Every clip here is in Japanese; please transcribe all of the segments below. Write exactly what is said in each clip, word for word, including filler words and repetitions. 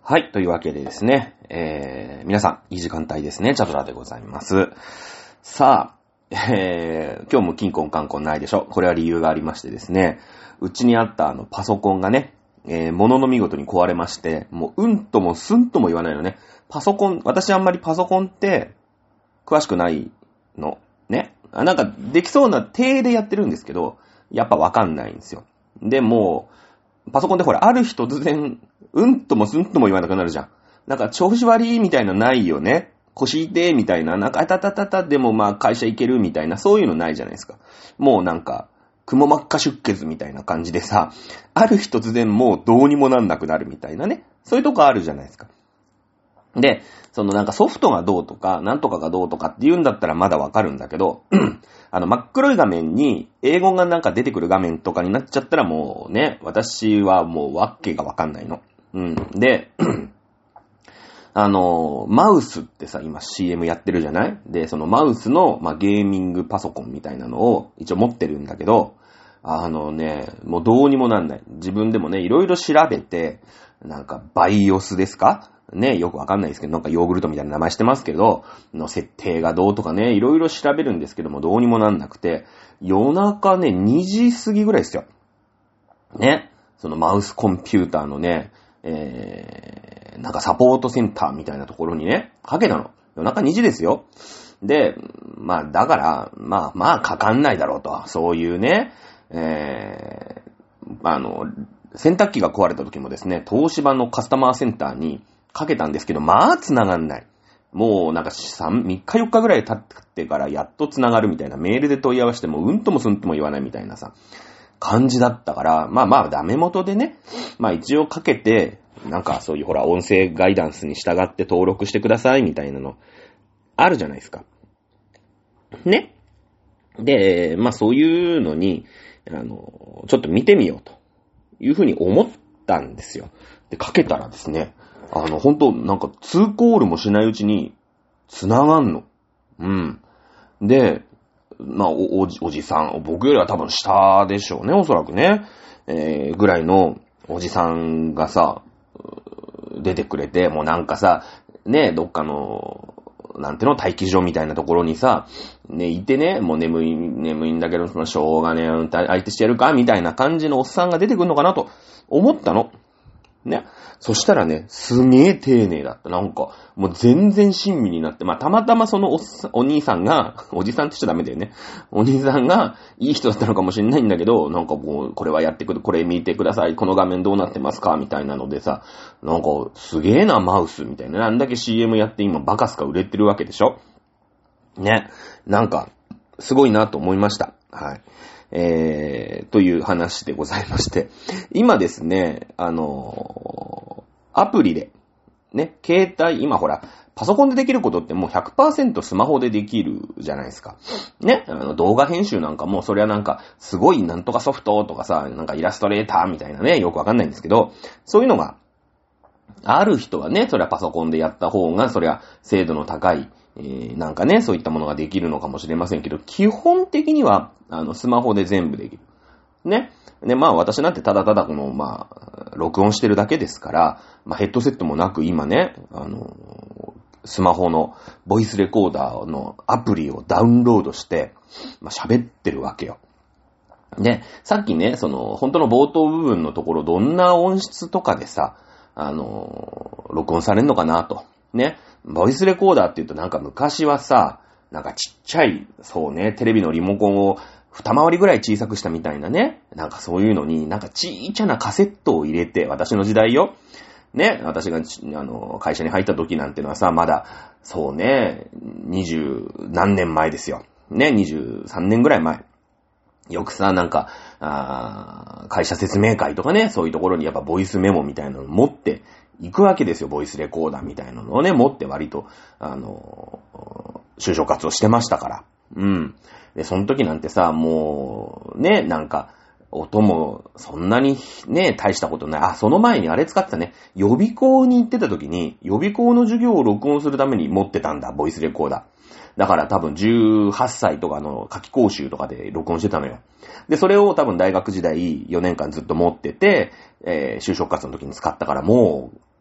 はい。というわけでですね、えー、皆さん、いい時間帯ですね。チャドラでございます。さあ、えー、今日もキンコンカンコンないでしょ。これは理由がありましてですね、うちにあったあのパソコンがね、えー、ものの見事に壊れまして、もううんともすんとも言わないのね。パソコン、私あんまりパソコンって詳しくないの。ね。なんかできそうな体でやってるんですけど、やっぱわかんないんですよ。で、もう、パソコンってほら、ある日突然、うんともすんとも言わなくなるじゃん。なんか調子悪いみたいなないよね。腰痛いみたいな、なんかあたたたたでもまあ会社行けるみたいな、そういうのないじゃないですか。もうなんか、くも膜下出血みたいな感じでさ、ある日突然もうどうにもなんなくなるみたいなね。そういうとこあるじゃないですか。で、そのなんかソフトがどうとか、なんとかがどうとかって言うんだったらまだわかるんだけど、あの真っ黒い画面に英語がなんか出てくる画面とかになっちゃったらもうね、私はもうわけがわかんないの。うん。で、あの、マウスってさ、今 シーエム やってるじゃない？で、そのマウスの、まあ、ゲーミングパソコンみたいなのを一応持ってるんだけど、あのね、もうどうにもなんない。自分でもね、いろいろ調べて、なんかバイオスですか？ね、よくわかんないですけど、なんかヨーグルトみたいな名前してますけど、の設定がどうとかね、いろいろ調べるんですけども、どうにもなんなくて、夜中ね、にじ過ぎぐらいですよ。ね、そのマウスコンピューターのね、えー、なんかサポートセンターみたいなところにね、かけたの。夜中にじですよ。で、まあ、だから、まあ、まあ、かかんないだろうと。そういうね、えー、あの、洗濯機が壊れた時もですね、東芝のカスタマーセンターにかけたんですけど、まあ、繋がんない。もう、なんか、みっかよっかぐらい経ってからやっと繋がるみたいな、メールで問い合わせても、うんともすんとも言わないみたいなさ、感じだったから、まあまあ、ダメ元でね、まあ一応かけて、なんかそういうほら、音声ガイダンスに従って登録してくださいみたいなの、あるじゃないですか。ね。で、まあそういうのに、あの、ちょっと見てみようというふうに思ったんですよ。で、かけたらですね、あの、本当なんかツーコールもしないうちに繋がんの。うん。で、まあお、おじ、おじさん、僕よりは多分下でしょうね、おそらくね。えー、ぐらいのおじさんがさ、出てくれて、もうなんかさ、ね、どっかの、なんていうの、待機所みたいなところにさ、ね、いてね、もう眠い、眠いんだけど、そのしょうがね、相手してやるかみたいな感じのおっさんが出てくるのかなと思ったの。ね。そしたらね、すげえ丁寧だった。なんか、もう全然親身になって、まあ、たまたまそのおっさん、お兄さんが、おじさんって言っちゃダメだよね。お兄さんが、いい人だったのかもしれないんだけど、なんかもう、これはやってくる、これ見てください、この画面どうなってますかみたいなのでさ、なんか、すげえな、マウス、みたいな。なんだけ シーエム やって今、バカすか売れてるわけでしょ？ね。なんか、すごいなと思いました。はい。えー、という話でございまして。今ですね、あのー、アプリで、ね、携帯、今ほら、パソコンでできることってもう ひゃくパーセント スマホでできるじゃないですか。ね、あの動画編集なんかもそれはなんか、すごいなんとかソフトとかさ、なんかイラストレーターみたいなね、よくわかんないんですけど、そういうのが、ある人はね、それはパソコンでやった方が、それは精度の高い、えー、なんかね、そういったものができるのかもしれませんけど、基本的には、あの、スマホで全部できる。ね。で、まあ私なんてただただこの、まあ、録音してるだけですから、まあヘッドセットもなく今ね、あの、スマホのボイスレコーダーのアプリをダウンロードして、まあ喋ってるわけよ。で、さっきね、その、本当の冒頭部分のところ、どんな音質とかでさ、あの、録音されんのかなと。ね。ボイスレコーダーって言うとなんか昔はさ、なんかちっちゃい、そうね、テレビのリモコンを二回りぐらい小さくしたみたいなね。なんかそういうのに、なんかちっちゃなカセットを入れて、私の時代よ。ね、私が、あの、会社に入った時なんてのはさ、まだ、そうね、二十何年前ですよ。ね、二十三年ぐらい前。よくさ、なんか、あ会社説明会とかね、そういうところにやっぱボイスメモみたいなのを持っていくわけですよ。ボイスレコーダーみたいなのをね、持って割と、あの、就職活動してましたから。うん。で、その時なんてさ、もう、ね、なんか、音も、そんなにね、大したことない。あ、その前にあれ使ってたね。予備校に行ってた時に、予備校の授業を録音するために持ってたんだ、ボイスレコーダー。だから多分じゅうはっさいとかの夏期講習とかで録音してたのよ。で、それを多分大学時代よねんかんずっと持ってて、えー、就職活動の時に使ったからもう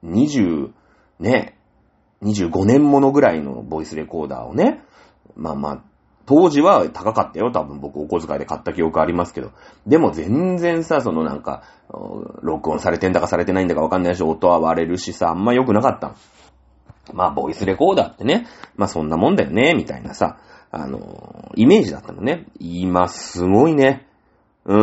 にじゅう、ね、にじゅうごねんものぐらいのボイスレコーダーをね、まあまあ、当時は高かったよ。多分僕お小遣いで買った記憶ありますけど。でも全然さ、そのなんか、録音されてんだかされてないんだかわかんないし、音は割れるしさ、あんま良くなかったの。まあ、ボイスレコーダーってね、まあそんなもんだよね、みたいなさ、あの、イメージだったのね。今すごいね。うん。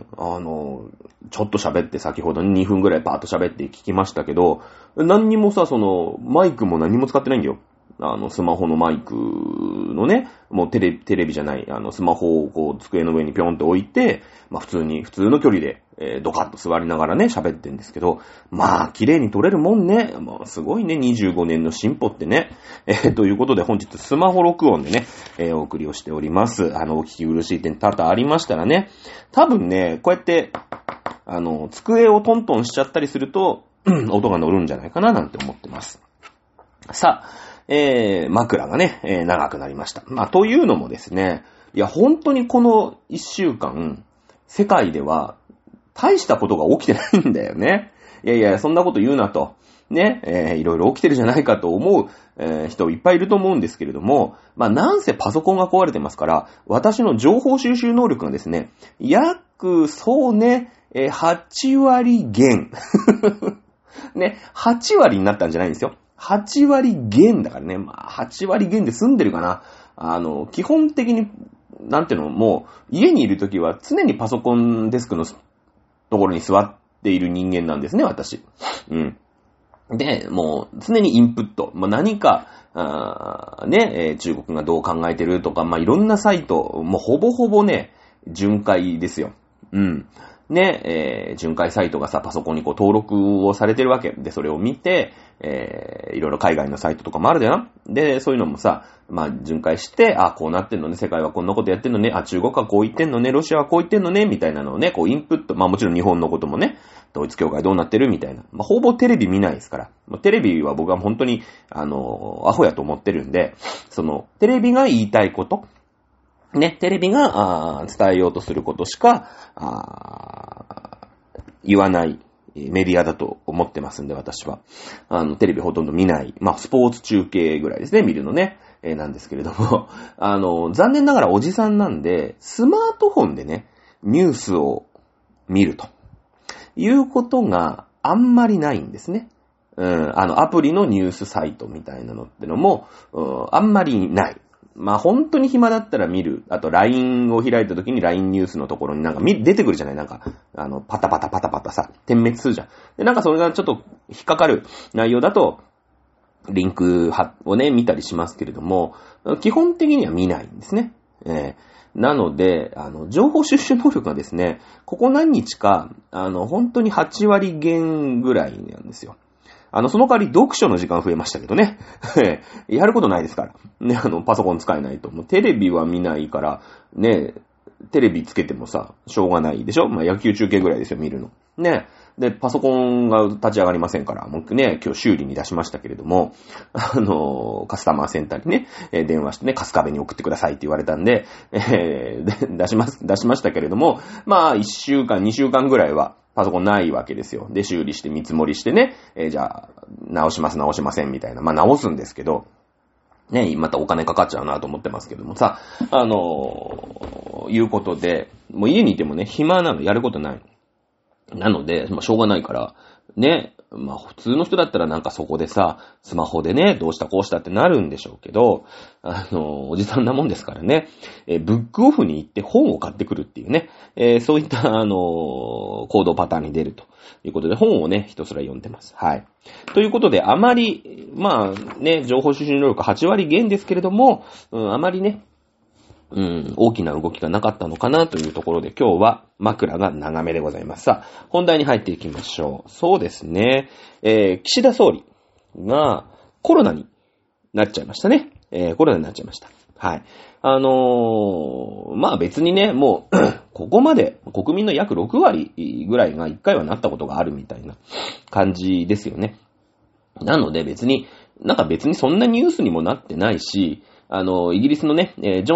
あの、ちょっと喋って先ほどにふんぐらいパーッと喋って聞きましたけど、何にもさ、その、マイクも何も使ってないんだよ。あの、スマホのマイクのね、もうテレビ、テレビじゃない、あの、スマホをこう、机の上にピョンと置いて、まあ普通に、普通の距離で、えー、ドカッと座りながらね、喋ってんですけど、まあ、綺麗に撮れるもんね。まあ、すごいね、にじゅうごねんの進歩ってね。えー、ということで本日スマホ録音でね、えー、お送りをしております。あの、お聞き苦しい点多々ありましたらね、多分ね、こうやって、あの、机をトントンしちゃったりすると、音が乗るんじゃないかななんて思ってます。さあ、えー、枕がね、えー、長くなりました。まあ、というのもですね、いや、本当にこの一週間、世界では、大したことが起きてないんだよね。いやいや、そんなこと言うなと。ね、えー、いろいろ起きてるじゃないかと思う、えー、人いっぱいいると思うんですけれども、まあ、なんせパソコンが壊れてますから、私の情報収集能力がですね、約、そうね、えー、はちわり減。ね、はちわりになったんじゃないんですよ。はちわり減だからね。まあ、はちわり減で済んでるかな。あの、基本的に、なんていうの、もう、家にいるときは常にパソコンデスクのところに座っている人間なんですね、私。うん。で、もう、常にインプット。まあ、何か、あね、えー、中国がどう考えてるとか、まあ、いろんなサイト、もうほぼほぼね、巡回ですよ。うん。ね、えー、巡回サイトがさ、パソコンにこう登録をされてるわけで、それを見て、えー、いろいろ海外のサイトとかもあるじゃん。で、そういうのもさ、まあ、巡回して、あ、こうなってんのね、世界はこんなことやってんのね、あ、中国はこう言ってんのね、ロシアはこう言ってんのね、みたいなのをね、こうインプット、まあもちろん日本のこともね、統一教会どうなってるみたいな。まあ、ほぼテレビ見ないですから。まあ、テレビは僕は本当に、あの、アホやと思ってるんで、その、テレビが言いたいこと、ね、テレビが、あ伝えようとすることしか、あ言わないメディアだと思ってますんで、私は。あの、テレビほとんど見ない。まあ、スポーツ中継ぐらいですね、見るのね。えー、なんですけれども。あの、残念ながらおじさんなんで、スマートフォンでね、ニュースを見るということがあんまりないんですね。うん、あの、アプリのニュースサイトみたいなのってのも、うん、あんまりない。まあ、本当に暇だったら見る。あと、ライン を開いた時に ライン ニュースのところになんか出てくるじゃないなんか、あの、パタパタパタパタさ、点滅するじゃん。で、なんかそれがちょっと引っかかる内容だと、リンクをね、見たりしますけれども、基本的には見ないんですね。えー、なので、あの、情報収集能力がですね、ここ何日か、あの、本当にはちわり減ぐらいなんですよ。あの、その代わり読書の時間増えましたけどね。やることないですから。ね、あの、パソコン使えないと。もうテレビは見ないから、ね、テレビつけてもさ、しょうがないでしょ？まあ、野球中継ぐらいですよ、見るの。ね。で、パソコンが立ち上がりませんから、もうね、今日修理に出しましたけれども、あの、カスタマーセンターにね、えー、電話してね、カスカベに送ってくださいって言われたんで、えー、出します、出しましたけれども、まあ、いっしゅうかん、にしゅうかんぐらいは、パソコンないわけですよ。で、修理して見積もりしてね、えー、じゃあ、直します、直しませんみたいな。まあ、直すんですけど、ね、またお金かかっちゃうなと思ってますけどもさ、あのー、いうことで、もう家にいてもね、暇なの、やることない。なので、まあ、しょうがないから、ね、まあ、普通の人だったらなんかそこでさ、スマホでね、どうしたこうしたってなるんでしょうけど、あの、おじさんなもんですからね、えー、ブックオフに行って本を買ってくるっていうね、えー、そういった、あのー、行動パターンに出るということで、本をね、ひたすら読んでます。はい。ということで、あまり、まあね、情報収集能力はちわり減ですけれども、うん、あまりね、うん、大きな動きがなかったのかなというところで今日は枕が長めでございます。さあ、本題に入っていきましょう。そうですね。えー、岸田総理がコロナになっちゃいましたね。えー、コロナになっちゃいました。はい。あのー、まあ別にね、もう、ここまで国民の約ろくわりぐらいがいっかいはなったことがあるみたいな感じですよね。なので別に、なんか別にそんなニュースにもなってないし、あの、イギリスのね、えー、ジョンソン、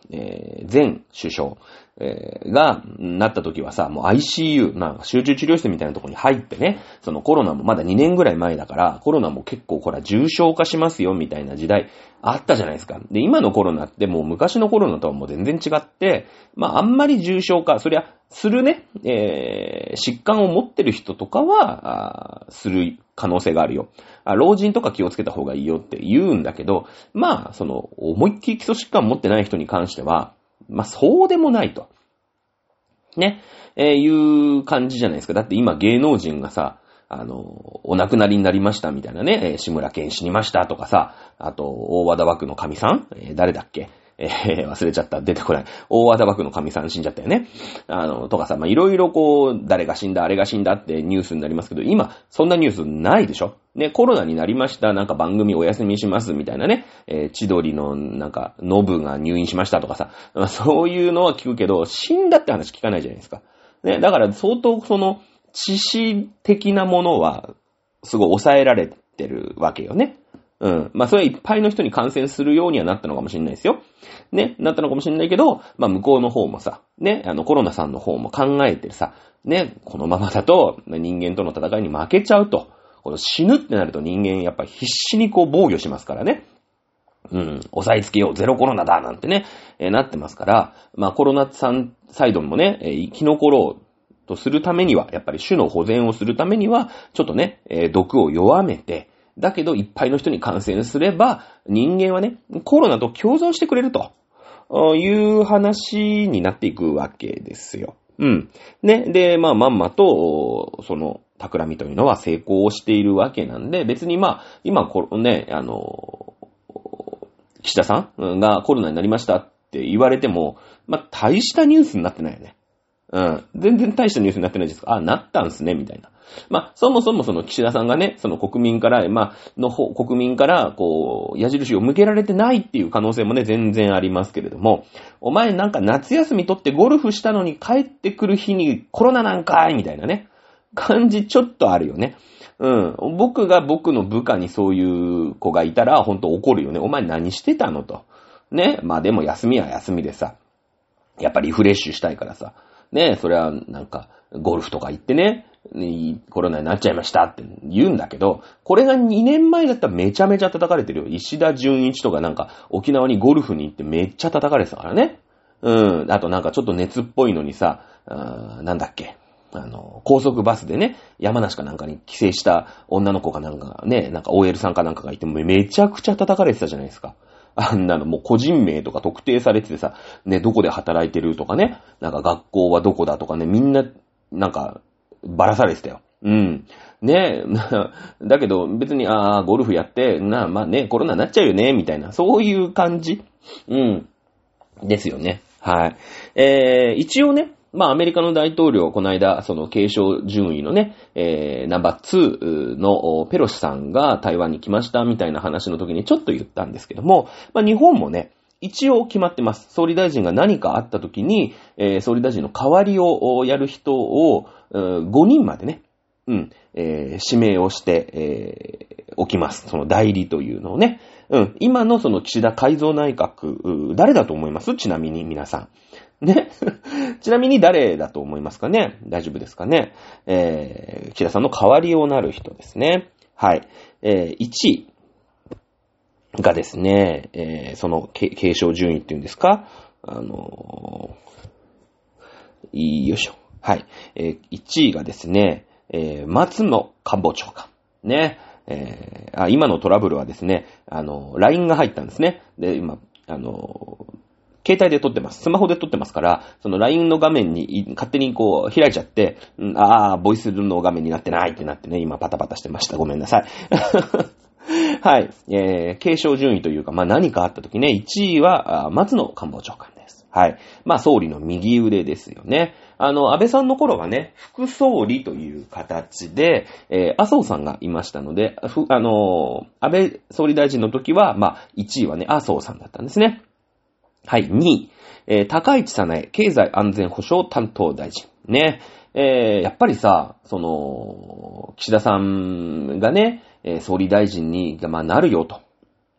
えー、前首相、えー、が、なった時はさ、もう アイシーユー、まあ、集中治療室みたいなところに入ってね、そのコロナもまだにねんぐらい前だから、コロナも結構ほら重症化しますよみたいな時代あったじゃないですか。で、今のコロナってもう昔のコロナとはもう全然違って、まあ、あんまり重症化、そりゃ、するね、えー、疾患を持ってる人とかは、する可能性があるよ。あ、老人とか気をつけた方がいいよって言うんだけど、まあ、その、思いっきり基礎疾患持ってない人に関しては、まあ、そうでもないと。ね、えー、いう感じじゃないですか。だって今芸能人がさ、あの、お亡くなりになりましたみたいなね、えー、志村けん死にましたとかさ、あと、大和田幕の神さん、えー、誰だっけえー、忘れちゃった。出てこない。大和田幕の神さん死んじゃったよね。あの、とかさ、まあ、いろいろこう、誰が死んだ、あれが死んだってニュースになりますけど、今、そんなニュースないでしょ？ね、コロナになりました、なんか番組お休みしますみたいなね、えー、千鳥のなんか、ノブが入院しましたとかさ、そういうのは聞くけど、死んだって話聞かないじゃないですか。ね、だから相当その、致死的なものは、すごい抑えられてるわけよね。うん。まあ、それはいっぱいの人に感染するようにはなったのかもしれないですよ。ね、なったのかもしれないけど、まあ、向こうの方もさ、ね、あの、コロナさんの方も考えてるさ、ね、このままだと、人間との戦いに負けちゃうと。この死ぬってなると人間やっぱり必死にこう防御しますからね。うん、押さえつけよう、ゼロコロナだ、なんてね、えー、なってますから、まあ、コロナさんサイドもね、えー、生き残ろうとするためには、やっぱり種の保全をするためには、ちょっとね、えー、毒を弱めて、だけどいっぱいの人に感染すれば、人間はね、コロナと共存してくれるという話になっていくわけですよ。うん。ね。で、まあ、まんまと、その、企みというのは成功しているわけなんで、別にまあ、今、このね、あの、岸田さんがコロナになりましたって言われても、まあ、大したニュースになってないよね。うん。全然大したニュースになってないですか。あ、なったんすね、みたいな。まあ、そもそもその岸田さんがね、その国民から、まあ、の方、国民から、こう、矢印を向けられてないっていう可能性もね、全然ありますけれども、お前なんか夏休み取ってゴルフしたのに帰ってくる日にコロナなんかいみたいなね、感じちょっとあるよね。うん。僕が僕の部下にそういう子がいたら、ほんと怒るよね。お前何してたのと。ね。まあでも休みは休みでさ、やっぱりリフレッシュしたいからさ、ね、それはなんか、ゴルフとか行ってね、コロナになっちゃいましたって言うんだけど、これがにねんまえだったらめちゃめちゃ叩かれてるよ。石田純一とかなんか沖縄にゴルフに行ってめっちゃ叩かれてたからね。うん。あとなんかちょっと熱っぽいのにさ、あなんだっけ。あの、高速バスでね、山梨かなんかに帰省した女の子かなんかね、なんか オーエル さんかなんかがいてもめちゃくちゃ叩かれてたじゃないですか。あんなのもう個人名とか特定されててさ、ね、どこで働いてるとかね、なんか学校はどこだとかね、みんな、なんか、ばらされてたよ。うん。ねだけど別に、ああ、ゴルフやって、な、まあね、コロナになっちゃうよね、みたいな、そういう感じ。うん。ですよね。はい。えー、一応ね、まあアメリカの大統領、この間、その継承順位のね、えー、ナンバーツーのペロシさんが台湾に来ましたみたいな話の時にちょっと言ったんですけども、まあ日本もね、一応決まってます。総理大臣が何かあった時に、えー、総理大臣の代わりをやる人を、ごにんまでね、うん、えー、指名をして、えー、おきます。その代理というのをね。うん、今のその岸田改造内閣、誰だと思います？ちなみに皆さん。ね。ちなみに誰だと思いますかね？大丈夫ですかね？えー、岸田さんの代わりをなる人ですね。はい。えー、いちいがですね、えー、その継承順位っていうんですか？あのー、よいしょ。はい。えー、いちいがですね、えー、松野官房長官。ね。えー、あ、今のトラブルはですね、あの、ライン が入ったんですね。で、今、あの、携帯で撮ってます。スマホで撮ってますから、その ライン の画面に勝手にこう開いちゃって、うん、ああ、ボイスの画面になってないってなってね、今パタパタしてました。ごめんなさい。はい。えー、継承順位というか、まあ何かあった時ね、いちいは松野官房長官です。はい。まあ総理の右腕ですよね。あの、安倍さんの頃はね、副総理という形で、えー、麻生さんがいましたので、ふあのー、安倍総理大臣の時は、まあいちいはね、麻生さんだったんですね。はい、にい、えー、高市早苗経済安全保障担当大臣。ね。えー、やっぱりさ、その、岸田さんがね、えー、総理大臣に、まあ、なるよと。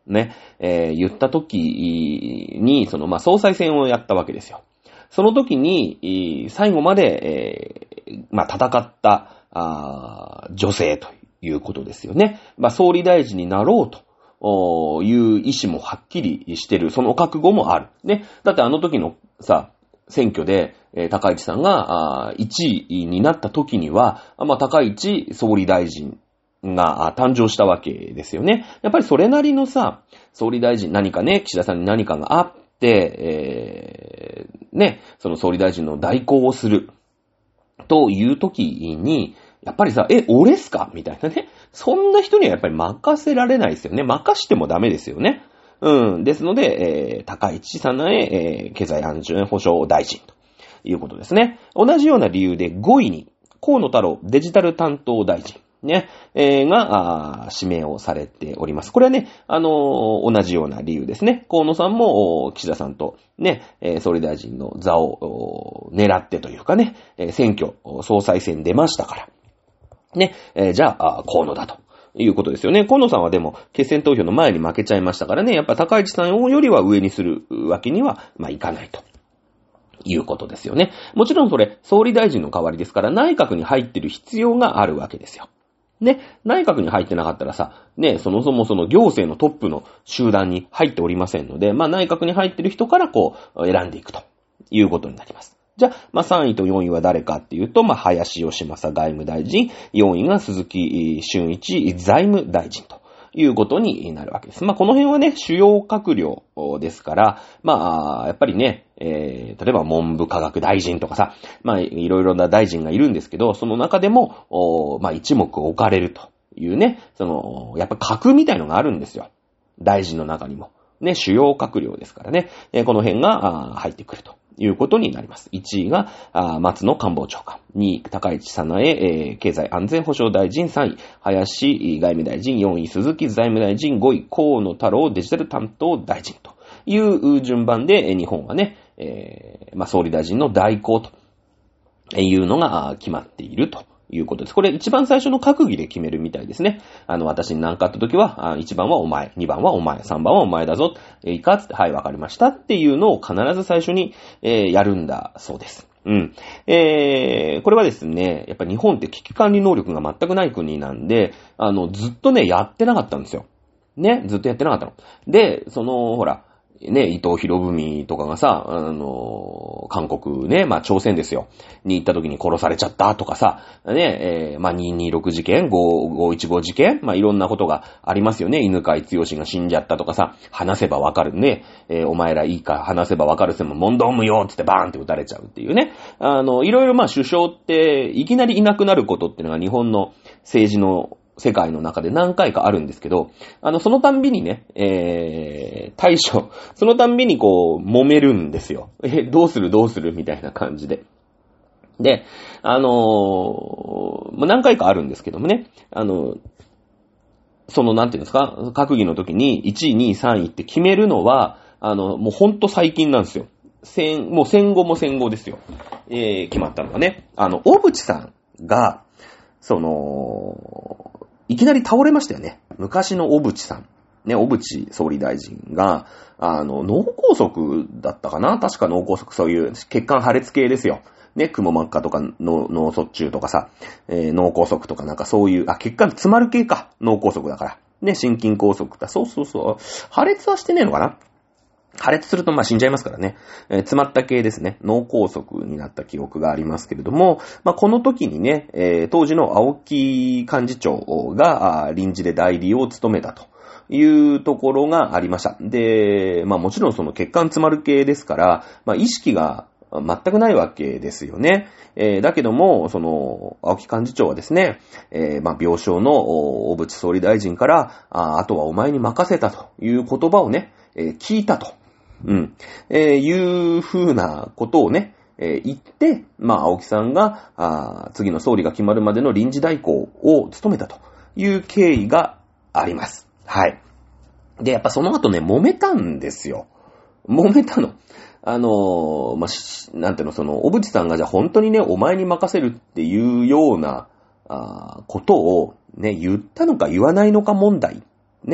ね、えー、言った時に、その、まあ、総裁選をやったわけですよ。その時に、最後まで、えー、まあ、戦った、あ女性ということですよね。まあ、総理大臣になろうという意思もはっきりしてる。その覚悟もある。ね。だってあの時のさ、選挙で、えー、高市さんがいちいになった時には、まあ、高市総理大臣が誕生したわけですよね。やっぱりそれなりのさ、総理大臣何かね、岸田さんに何かがあって、えー、ね、その総理大臣の代行をするという時に、やっぱりさ、え、俺っすかみたいなね。そんな人にはやっぱり任せられないですよね。任してもダメですよね。うん。ですので、えー、高市早苗、えー、経済安全保障大臣ということですね。同じような理由でごいに、河野太郎デジタル担当大臣。ね、えー、が、指名をされております。これはね、あのー、同じような理由ですね。河野さんも、岸田さんと、ね、えー、総理大臣の座を狙ってというかね、えー、選挙、総裁選出ましたから。ね、えー、じゃあ、河野だと。いうことですよね。河野さんはでも、決選投票の前に負けちゃいましたからね、やっぱ高市さんよりは上にするわけには、まあ、いかないと。いうことですよね。もちろんそれ、総理大臣の代わりですから、内閣に入ってる必要があるわけですよ。ね、内閣に入ってなかったらさ、ね、そもそもその行政のトップの集団に入っておりませんので、まあ内閣に入ってる人からこう、選んでいくということになります。じゃあ、まあさんいとよんいは誰かっていうと、まあ林芳正外務大臣、よんいが鈴木俊一財務大臣ということになるわけです。まあこの辺はね、主要閣僚ですから、まあ、やっぱりね、えー、例えば文部科学大臣とかさ、まあいろいろな大臣がいるんですけど、その中でも、まあ一目置かれるというね、その、やっぱ格みたいのがあるんですよ。大臣の中にも。ね、主要閣僚ですからね、えー、この辺が入ってくるということになります。いちいが松野官房長官、にい高市早苗、えー、経済安全保障大臣、さんい林外務大臣、よんい鈴木財務大臣、ごい河野太郎デジタル担当大臣という順番で日本はね、えー、まあ総理大臣の代行というのが決まっているということです。これ一番最初の閣議で決めるみたいですね。あの、私に何かあった時は、いちばんはお前、にばんはお前、さんばんはお前だぞ。いいかつって、はい、わかりましたっていうのを必ず最初に、えー、やるんだそうです。うん。えー、これはですね、やっぱ日本って危機管理能力が全くない国なんで、あの、ずっとね、やってなかったんですよ。ね、ずっとやってなかったの。で、その、ほら、ね、伊藤博文とかがさ、あの、韓国ね、まあ朝鮮ですよ、に行った時に殺されちゃったとかさ、ね、えー、まあにひゃくにじゅうろく事件、ごひゃくじゅうご事件、まあいろんなことがありますよね。犬飼剛が死んじゃったとかさ、話せばわかるね、えー、お前らいいか話せばわかるせも問答無用つってバーンって撃たれちゃうっていうね。あの、いろいろまあ首相っていきなりいなくなることっていうのが日本の政治の世界の中で何回かあるんですけど、あの、そのたんびにね、えー、対処、そのたんびにこう、揉めるんですよ。え、どうするどうするみたいな感じで。で、あのー、何回かあるんですけどもね、あの、その、なんていうんですか、閣議の時にいちい、にい、さんいって決めるのは、あの、もうほんと最近なんですよ。戦、もう戦後も戦後ですよ。えー、決まったのがね、あの、小渕さんが、その、いきなり倒れましたよね。昔の小渕さん。ね、小渕総理大臣が、あの、脳梗塞だったかな？確か脳梗塞、そういう血管破裂系ですよ。ね、くも膜下とか脳、脳卒中とかさ、えー、脳梗塞とかなんかそういう、あ、血管詰まる系か。脳梗塞だから。ね、心筋梗塞か。そうそうそう。破裂はしてねえのかな？破裂するとまあ死んじゃいますからね、えー、詰まった系ですね。脳梗塞になった記憶がありますけれども、まあこの時にね、えー、当時の青木幹事長が臨時で代理を務めたというところがありました。で、まあもちろんその血管詰まる系ですから、まあ意識が全くないわけですよね。えー、だけども、その、青木幹事長はですね、えー、まあ病床の小渕総理大臣から、あ、あとはお前に任せたという言葉をね、えー、聞いたと。うん。えー、いう風なことをね、えー、言って、まあ、青木さんが、あ、次の総理が決まるまでの臨時代行を務めたという経緯があります。はい。で、やっぱその後ね、揉めたんですよ。揉めたの。あのー、まあ、なんていうの、その、小渕さんがじゃあ本当にね、お前に任せるっていうような、あ、ことをね、言ったのか言わないのか問題。ね。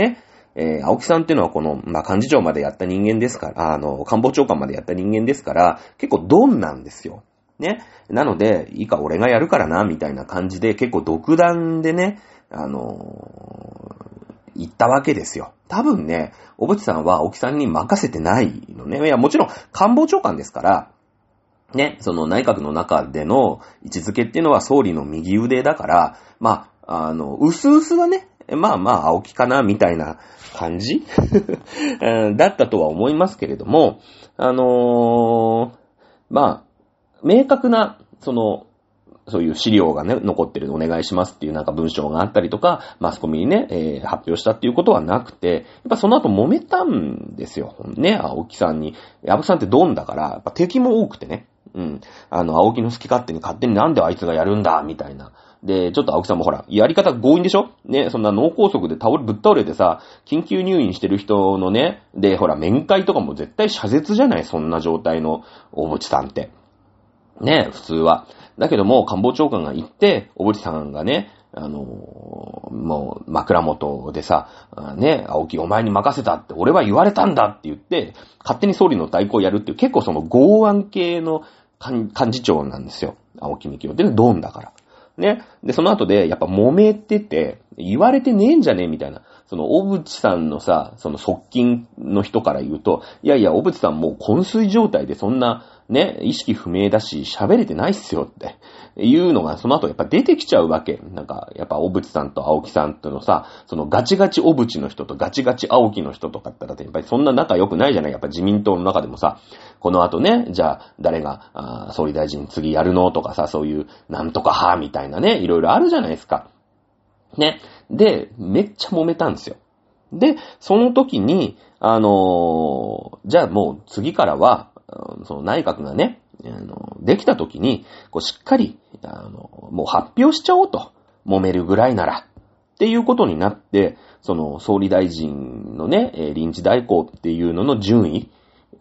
えー、青木さんっていうのはこの、まあ、幹事長までやった人間ですから、あの、官房長官までやった人間ですから、結構ドンなんですよ。ね。なので、いいか俺がやるからな、みたいな感じで、結構独断でね、あのー、言ったわけですよ。多分ね、小渕さんは青木さんに任せてないのね。いや、もちろん官房長官ですから、ね、その内閣の中での位置づけっていうのは総理の右腕だから、まあ、あの、うすうすはね、まあまあ、青木かな、みたいな感じだったとは思いますけれども、あのー、まあ、明確な、その、そういう資料がね、残ってるお願いしますっていうなんか文章があったりとか、マスコミにね、えー、発表したっていうことはなくて、やっぱその後揉めたんですよ。ね、青木さんに。青木さんってドンだから、やっぱ敵も多くてね。うん。あの、青木の好き勝手に勝手になんであいつがやるんだ、みたいな。で、ちょっと青木さんもほら、やり方強引でしょね、そんな脳梗塞で倒れ、ぶっ倒れてさ、緊急入院してる人のね、で、ほら、面会とかも絶対謝絶じゃない、そんな状態の大渕さんって。ね、普通は。だけども、官房長官が行って、小渕さんがね、あのー、もう、枕元でさ、ね、青木お前に任せたって、俺は言われたんだって言って、勝手に総理の代行をやるっていう、結構その剛腕系の幹事長なんですよ。青木幹雄。で、ドンだから。ね。で、その後で、やっぱ揉めてて、言われてねえんじゃねえみたいな。その、小渕さんのさ、その側近の人から言うと、いやいや、小渕さんもう昏睡状態でそんな、ね、意識不明だし、喋れてないっすよっていうのが、その後やっぱ出てきちゃうわけ。なんか、やっぱ小渕さんと青木さんとのさ、そのガチガチ小渕の人とガチガチ青木の人とかってやっぱりそんな仲良くないじゃない。やっぱ自民党の中でもさ、この後ね、じゃあ誰があ総理大臣次やるのとかさ、そういうなんとか派みたいなね、いろいろあるじゃないですか。ね。で、めっちゃ揉めたんですよ。で、その時に、あのー、じゃあもう次からは、その内閣がね、あの、できた時に、こうしっかり、あの、もう発表しちゃおうと。揉めるぐらいなら。っていうことになって、その総理大臣のね、臨時代行っていうのの順位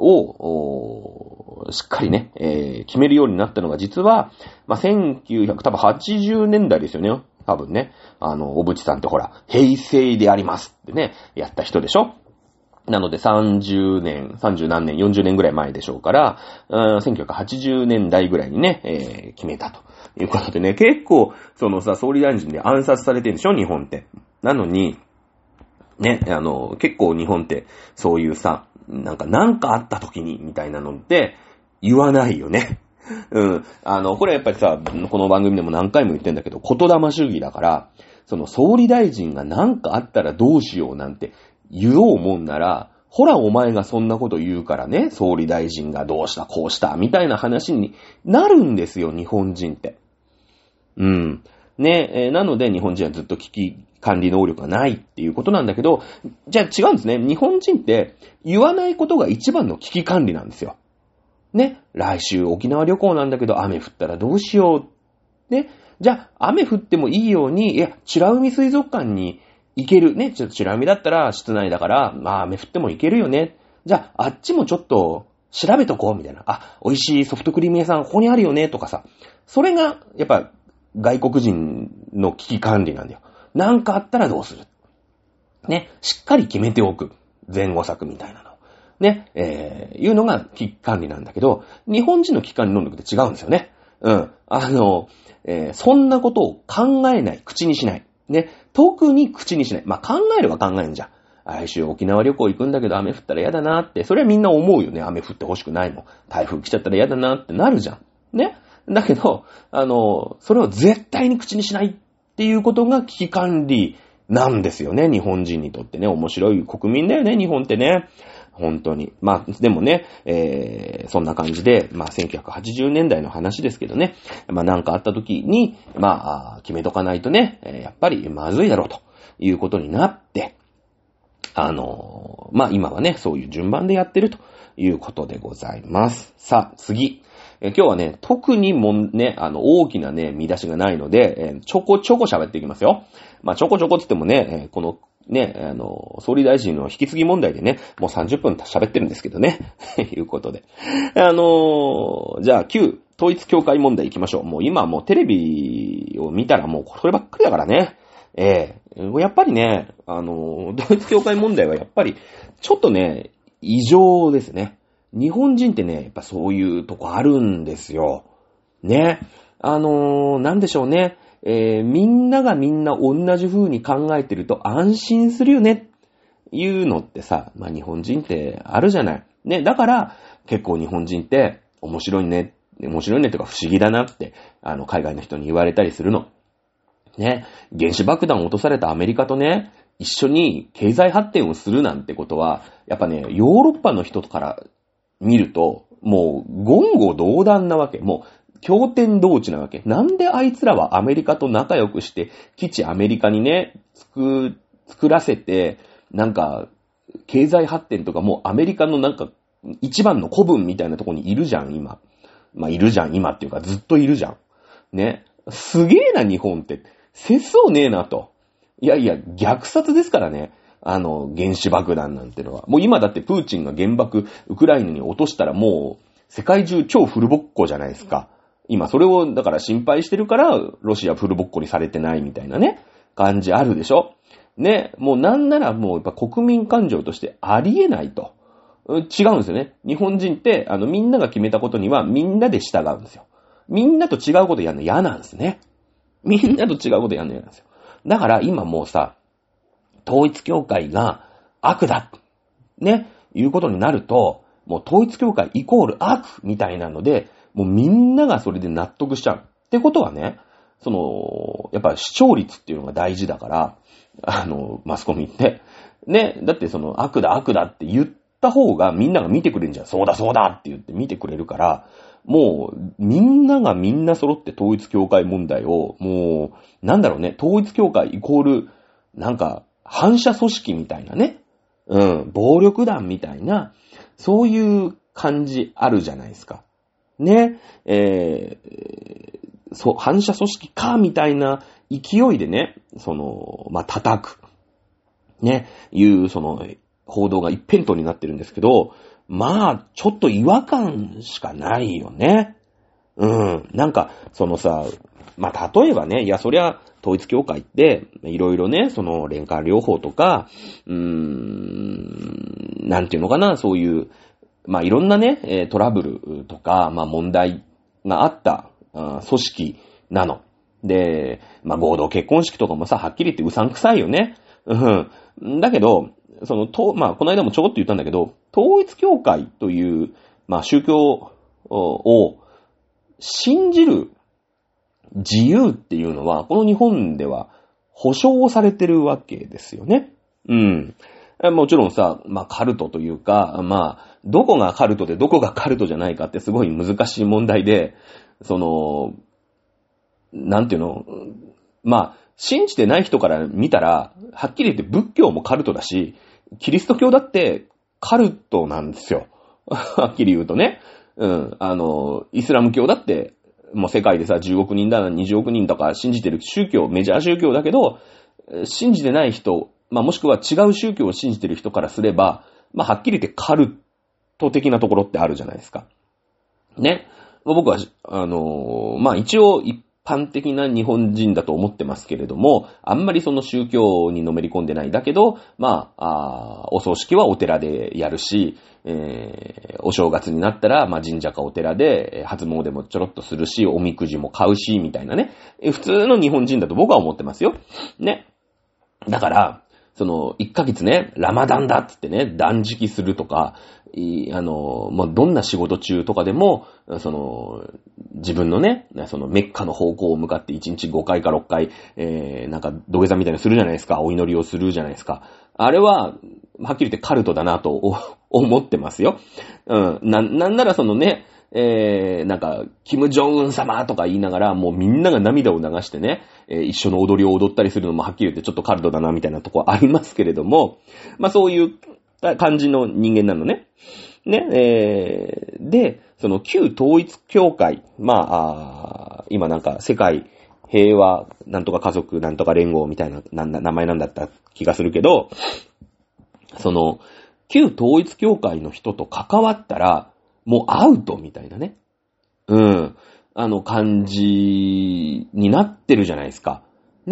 を、しっかりね、えー、決めるようになったのが実は、まあ、せんきゅうひゃくはちじゅうねんだいですよね。多分ね。あの、小渕さんってほら、平成でありますってね、やった人でしょ。なのでさんじゅうねん、さんじゅう何年、よんじゅうねんぐらい前でしょうから、うん、せんきゅうひゃくはちじゅうねんだいぐらいにね、えー、決めたということでね、結構、そのさ、総理大臣で暗殺されてるんでしょ、日本って。なのに、ね、あの、結構日本って、そういうさ、なんか、なんかあった時に、みたいなのって、言わないよね。うん。あの、これやっぱりさ、この番組でも何回も言ってんだけど、言霊主義だから、その総理大臣がなんかあったらどうしようなんて言おうもんなら、ほらお前がそんなこと言うからね、総理大臣がどうしたこうしたみたいな話になるんですよ、日本人って。うん。ね、えー、なので日本人はずっと危機管理能力がないっていうことなんだけど、じゃあ違うんですね。日本人って言わないことが一番の危機管理なんですよ。ね、来週沖縄旅行なんだけど雨降ったらどうしよう。ね、じゃあ雨降ってもいいように、いや、美ら海水族館に行ける。ね、ちょっと美ら海だったら室内だから、まあ雨降っても行けるよね。じゃああっちもちょっと調べとこうみたいな。あ、美味しいソフトクリーム屋さんここにあるよねとかさ。それがやっぱ外国人の危機管理なんだよ。なんかあったらどうする。ね、しっかり決めておく。前後策みたいなの。ね、えー、いうのが危機管理なんだけど、日本人の危機管理能力って違うんですよね。うん。あの、えー、そんなことを考えない、口にしない。ね、特に口にしない。まあ、考えれば考えるんじゃん。来週沖縄旅行行くんだけど雨降ったら嫌だなって。それはみんな思うよね。雨降ってほしくないもん。台風来ちゃったら嫌だなってなるじゃん。ね。だけど、あの、それを絶対に口にしないっていうことが危機管理なんですよね。日本人にとってね。面白い国民だよね、日本ってね。本当に。まあ、でもね、えー、そんな感じで、まあ、せんきゅうひゃくはちじゅうねんだいの話ですけどね。まあ、なんかあった時に、まあ、決めとかないとね、えー、やっぱりまずいだろうということになって、あのー、まあ、今はね、そういう順番でやってるということでございます。さあ、次。えー、今日はね、特にもね、あの、大きなね、見出しがないので、えー、ちょこちょこ喋っていきますよ。まあ、ちょこちょこって言ってもね、えー、この、ね、あの、総理大臣の引き継ぎ問題でね、もうさんじゅっぷん喋ってるんですけどね。いうことで。あのー、じゃあ、旧統一教会問題行きましょう。もう今もうテレビを見たらもうこればっかりだからね。 ええやっぱりね、あの、統一教会問題はやっぱり、ちょっとね、異常ですね。日本人ってね、やっぱそういうとこあるんですよ。ね。あのー、なんでしょうね。えー、みんながみんな同じ風に考えてると安心するよね。いうのってさ、まあ日本人ってあるじゃない。ね。だから、結構日本人って面白いね。面白いねとか不思議だなって、あの、海外の人に言われたりするの。ね。原子爆弾を落とされたアメリカとね、一緒に経済発展をするなんてことは、やっぱね、ヨーロッパの人から見ると、もう、言語道断なわけ。もう、経典同地なわけ。なんであいつらはアメリカと仲良くして、基地アメリカにね、作、作らせて、なんか、経済発展とかもうアメリカのなんか、一番の古文みたいなところにいるじゃん、今。まあ、いるじゃん、今っていうかずっといるじゃん。ね。すげえな、日本って。節操ねえなと。いやいや、虐殺ですからね。あの、原子爆弾なんてのは。もう今だってプーチンが原爆、ウクライナに落としたらもう、世界中超フルボッコじゃないですか。今それを、だから心配してるから、ロシアフルボッコにされてないみたいなね、感じあるでしょ。ね、もうなんならもうやっぱ国民感情としてありえないと。違うんですよね。日本人って、あの、みんなが決めたことにはみんなで従うんですよ。みんなと違うことやるの嫌なんですね。みんなと違うことやるの嫌なんですよ。だから今もうさ、統一教会が悪だ。ね。いうことになると、もう統一教会イコール悪みたいなので、もうみんながそれで納得しちゃう。ってことはね、その、やっぱ視聴率っていうのが大事だから、あの、マスコミって。ね。だってその悪だ悪だって言った方がみんなが見てくれるんじゃん。そうだそうだって言って見てくれるから、もう、みんながみんな揃って統一教会問題を、もう、なんだろうね、統一教会イコール、なんか、反射組織みたいなね、うん、暴力団みたいな、そういう感じあるじゃないですか。ね、えー、そう、反射組織か、みたいな勢いでね、その、まあ、叩く。ね、いう、その、報道が一辺倒になってるんですけど、まあ、ちょっと違和感しかないよね。うん。なんか、そのさ、まあ、例えばね、いや、そりゃ、統一教会って、いろいろね、その、連環療法とか、うーん、なんていうのかな、そういう、まあ、いろんなね、トラブルとか、まあ、問題があった組織なの。で、まあ、合同結婚式とかもさ、はっきり言ってうさんくさいよね。うん。だけど、その、と、まあ、この間もちょこっと言ったんだけど、統一教会という、まあ、宗教を信じる自由っていうのは、この日本では保障されてるわけですよね。うん。もちろんさ、まあ、カルトというか、まあ、どこがカルトでどこがカルトじゃないかってすごい難しい問題で、その、なんていうの、まあ、信じてない人から見たら、はっきり言って仏教もカルトだし、キリスト教だってカルトなんですよ。はっきり言うとね。うん。あの、イスラム教だって、もう世界でさ、じゅうおくにんだ、にじゅうおくにんとか信じてる宗教、メジャー宗教だけど、信じてない人、まあもしくは違う宗教を信じてる人からすれば、まあはっきり言ってカルト的なところってあるじゃないですか。ね。僕は、あの、まあ一応一般的な日本人だと思ってますけれども、あんまりその宗教にのめり込んでない。だけど、まあ、あお葬式はお寺でやるし、えー、お正月になったら、まあ神社かお寺で初詣もちょろっとするし、おみくじも買うし、みたいなね。普通の日本人だと僕は思ってますよ。ね。だから、その、いっかげつね、ラマダンだっつってね、断食するとか、あの、もうどんな仕事中とかでも、その、自分のね、そのメッカの方向を向かっていちにちごかいかろっかい、えー、なんか土下座みたいなのするじゃないですか。お祈りをするじゃないですか。あれは、はっきり言ってカルトだなと思ってますよ。うん。な、なんならそのね、えー、なんか、キム・ジョンウン様とか言いながら、もうみんなが涙を流してね、えー、一緒の踊りを踊ったりするのもはっきり言ってちょっとカルトだなみたいなとこありますけれども、まあそういう感じの人間なのね。ね、えー、で、その旧統一教会、まあ、あ今なんか世界平和なんとか家族なんとか連合みたいな、な名前なんだった気がするけど、その、旧統一教会の人と関わったら、もうアウトみたいなね。うん。あの感じになってるじゃないですか。ね。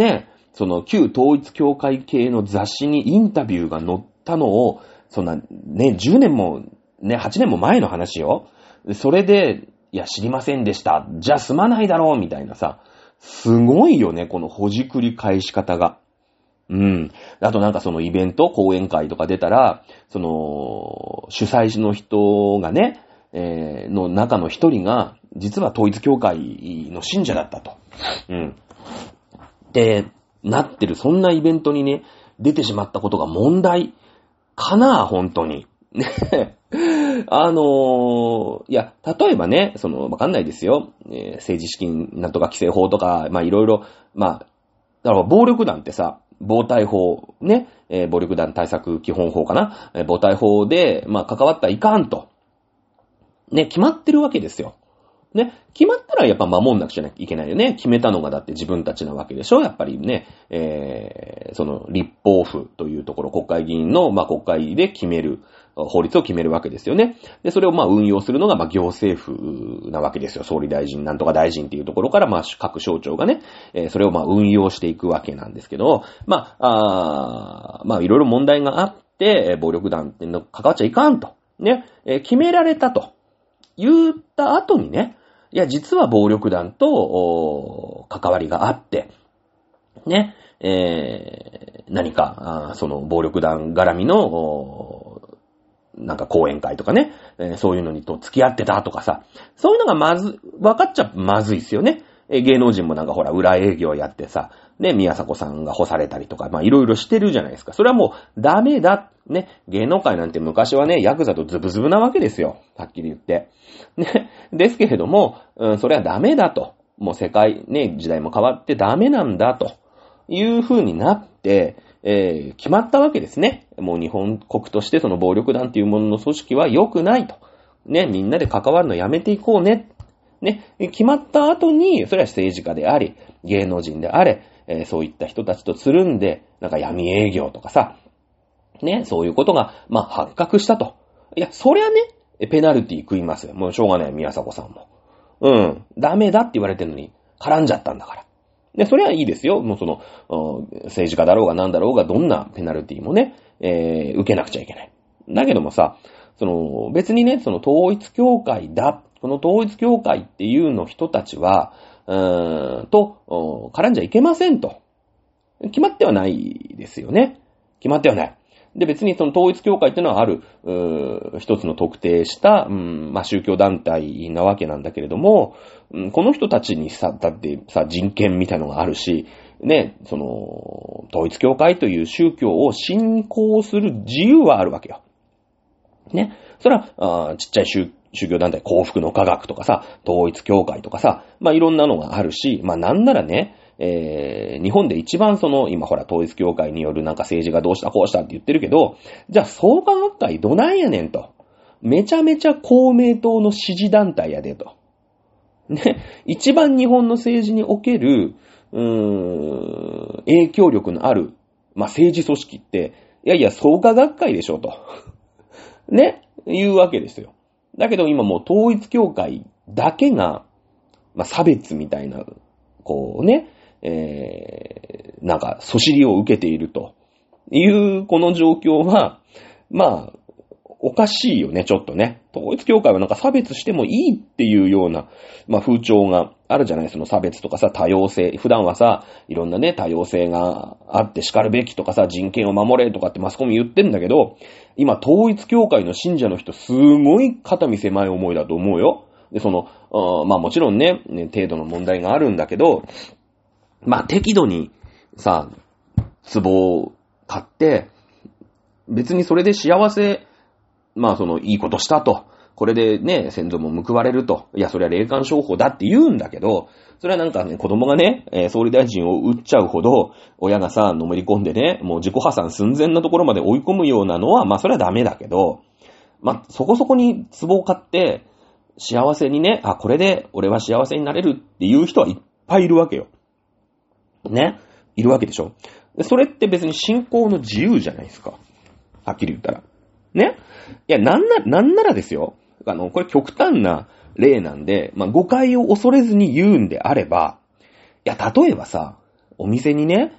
その旧統一教会系の雑誌にインタビューが載ったのを、そんなね、じゅうねんもね、はちねんも前の話よ。それで、いや、知りませんでした。じゃあ済まないだろうみたいなさ。すごいよね、このほじくり返し方が。うん。あとなんかそのイベント、講演会とか出たら、その、主催の人がね、えー、の中の一人が、実は統一教会の信者だったと。うん。で、なってる、そんなイベントにね、出てしまったことが問題かな、本当に。ね。あのー、いや、例えばね、その、わかんないですよ。えー、政治資金なんとか規正法とか、まあいろいろ、まあ、だから暴力団ってさ、暴対法、ね、えー、暴力団対策基本法かな、えー、暴対法で、まあ関わったらいかんと。ね、決まってるわけですよ。ね、決まったらやっぱ守んなくちゃいけないよね。決めたのがだって自分たちなわけでしょ。やっぱりね、えー、その立法府というところ、国会議員の、まあ国会で決める、法律を決めるわけですよね。で、それをまあ運用するのがまあ行政府なわけですよ。総理大臣なんとか大臣っていうところからまあ各省庁がね、えー、それをまあ運用していくわけなんですけど、まあ、あまあいろいろ問題があって、暴力団っての関わっちゃいかんと。ね、えー、決められたと言った後にね、いや実は暴力団と関わりがあって、ね、えー、何か、その暴力団絡みの、なんか講演会とかね、えー、そういうのにと付き合ってたとかさ、そういうのがまず、分かっちゃまずいですよね。えー、芸能人もなんかほら、裏営業やってさ、ね、宮迫さんが干されたりとか、まあいろいろしてるじゃないですか。それはもうダメだ。ね、芸能界なんて昔はね、ヤクザとズブズブなわけですよ。はっきり言って。ね、ですけれども、うん、それはダメだと。もう世界、ね、時代も変わってダメなんだという風になって、えー、決まったわけですね。もう日本国としてその暴力団っていうものの組織は良くないと。ね、みんなで関わるのやめていこうね。ね、決まった後に、それは政治家であり、芸能人であれ、えー、そういった人たちとつるんで、なんか闇営業とかさ、ね、そういうことが、まあ、発覚したと。いや、そりゃね、ペナルティ食いますよ。もうしょうがない、宮迫さんも。うん、ダメだって言われてるのに、絡んじゃったんだから。で、それはいいですよ。もうその、政治家だろうが何だろうが、どんなペナルティもね、えー、受けなくちゃいけない。だけどもさ、その、別にね、その統一教会だ。この統一教会っていうの人たちは、うーん、と、絡んじゃいけませんと。決まってはないですよね。決まってはない。で、別にその統一教会っていうのはある、う一つの特定した、うん、まあ、宗教団体なわけなんだけれども、うん、この人たちにさ、だってさ、人権みたいなのがあるし、ね、その、統一教会という宗教を信仰する自由はあるわけよ。ね。それは、あちっちゃい宗宗教団体、幸福の科学とかさ、統一教会とかさ、まあ、いろんなのがあるし、まあ、なんならね、えー、日本で一番その、今ほら、統一教会によるなんか政治がどうしたこうしたって言ってるけど、じゃあ創価学会どないやねんと。めちゃめちゃ公明党の支持団体やでと。ね、一番日本の政治における、うーん、影響力のある、まあ、政治組織って、いやいや、創価学会でしょと。ね、いうわけですよ。だけど今もう統一教会だけが、まあ、差別みたいな、こうね、えー、なんか、そしりを受けているというこの状況は、まあ、おかしいよね、ちょっとね。統一教会はなんか差別してもいいっていうような、まあ風潮があるじゃない、その差別とかさ、多様性。普段はさ、いろんなね、多様性があって叱るべきとかさ、人権を守れとかってマスコミ言ってんだけど、今統一教会の信者の人すごい肩身狭い思いだと思うよ。で、その、あまあもちろんね、ね、程度の問題があるんだけど、まあ適度にさ、壺を買って、別にそれで幸せ、まあそのいいことしたと。これでね、先祖も報われると。いや、それは霊感商法だって言うんだけど、それはなんかね、子供がね、えー、総理大臣を撃っちゃうほど、親がさ、のめり込んでね、もう自己破産寸前なところまで追い込むようなのは、まあそれはダメだけど、まあそこそこに壺を買って、幸せにね、あ、これで俺は幸せになれるっていう人はいっぱいいるわけよ。ね。いるわけでしょ。それって別に信仰の自由じゃないですか。はっきり言ったら。ね。いや、なんな、なんならですよ。あの、これ極端な例なんで、まあ、誤解を恐れずに言うんであれば、いや、例えばさ、お店にね、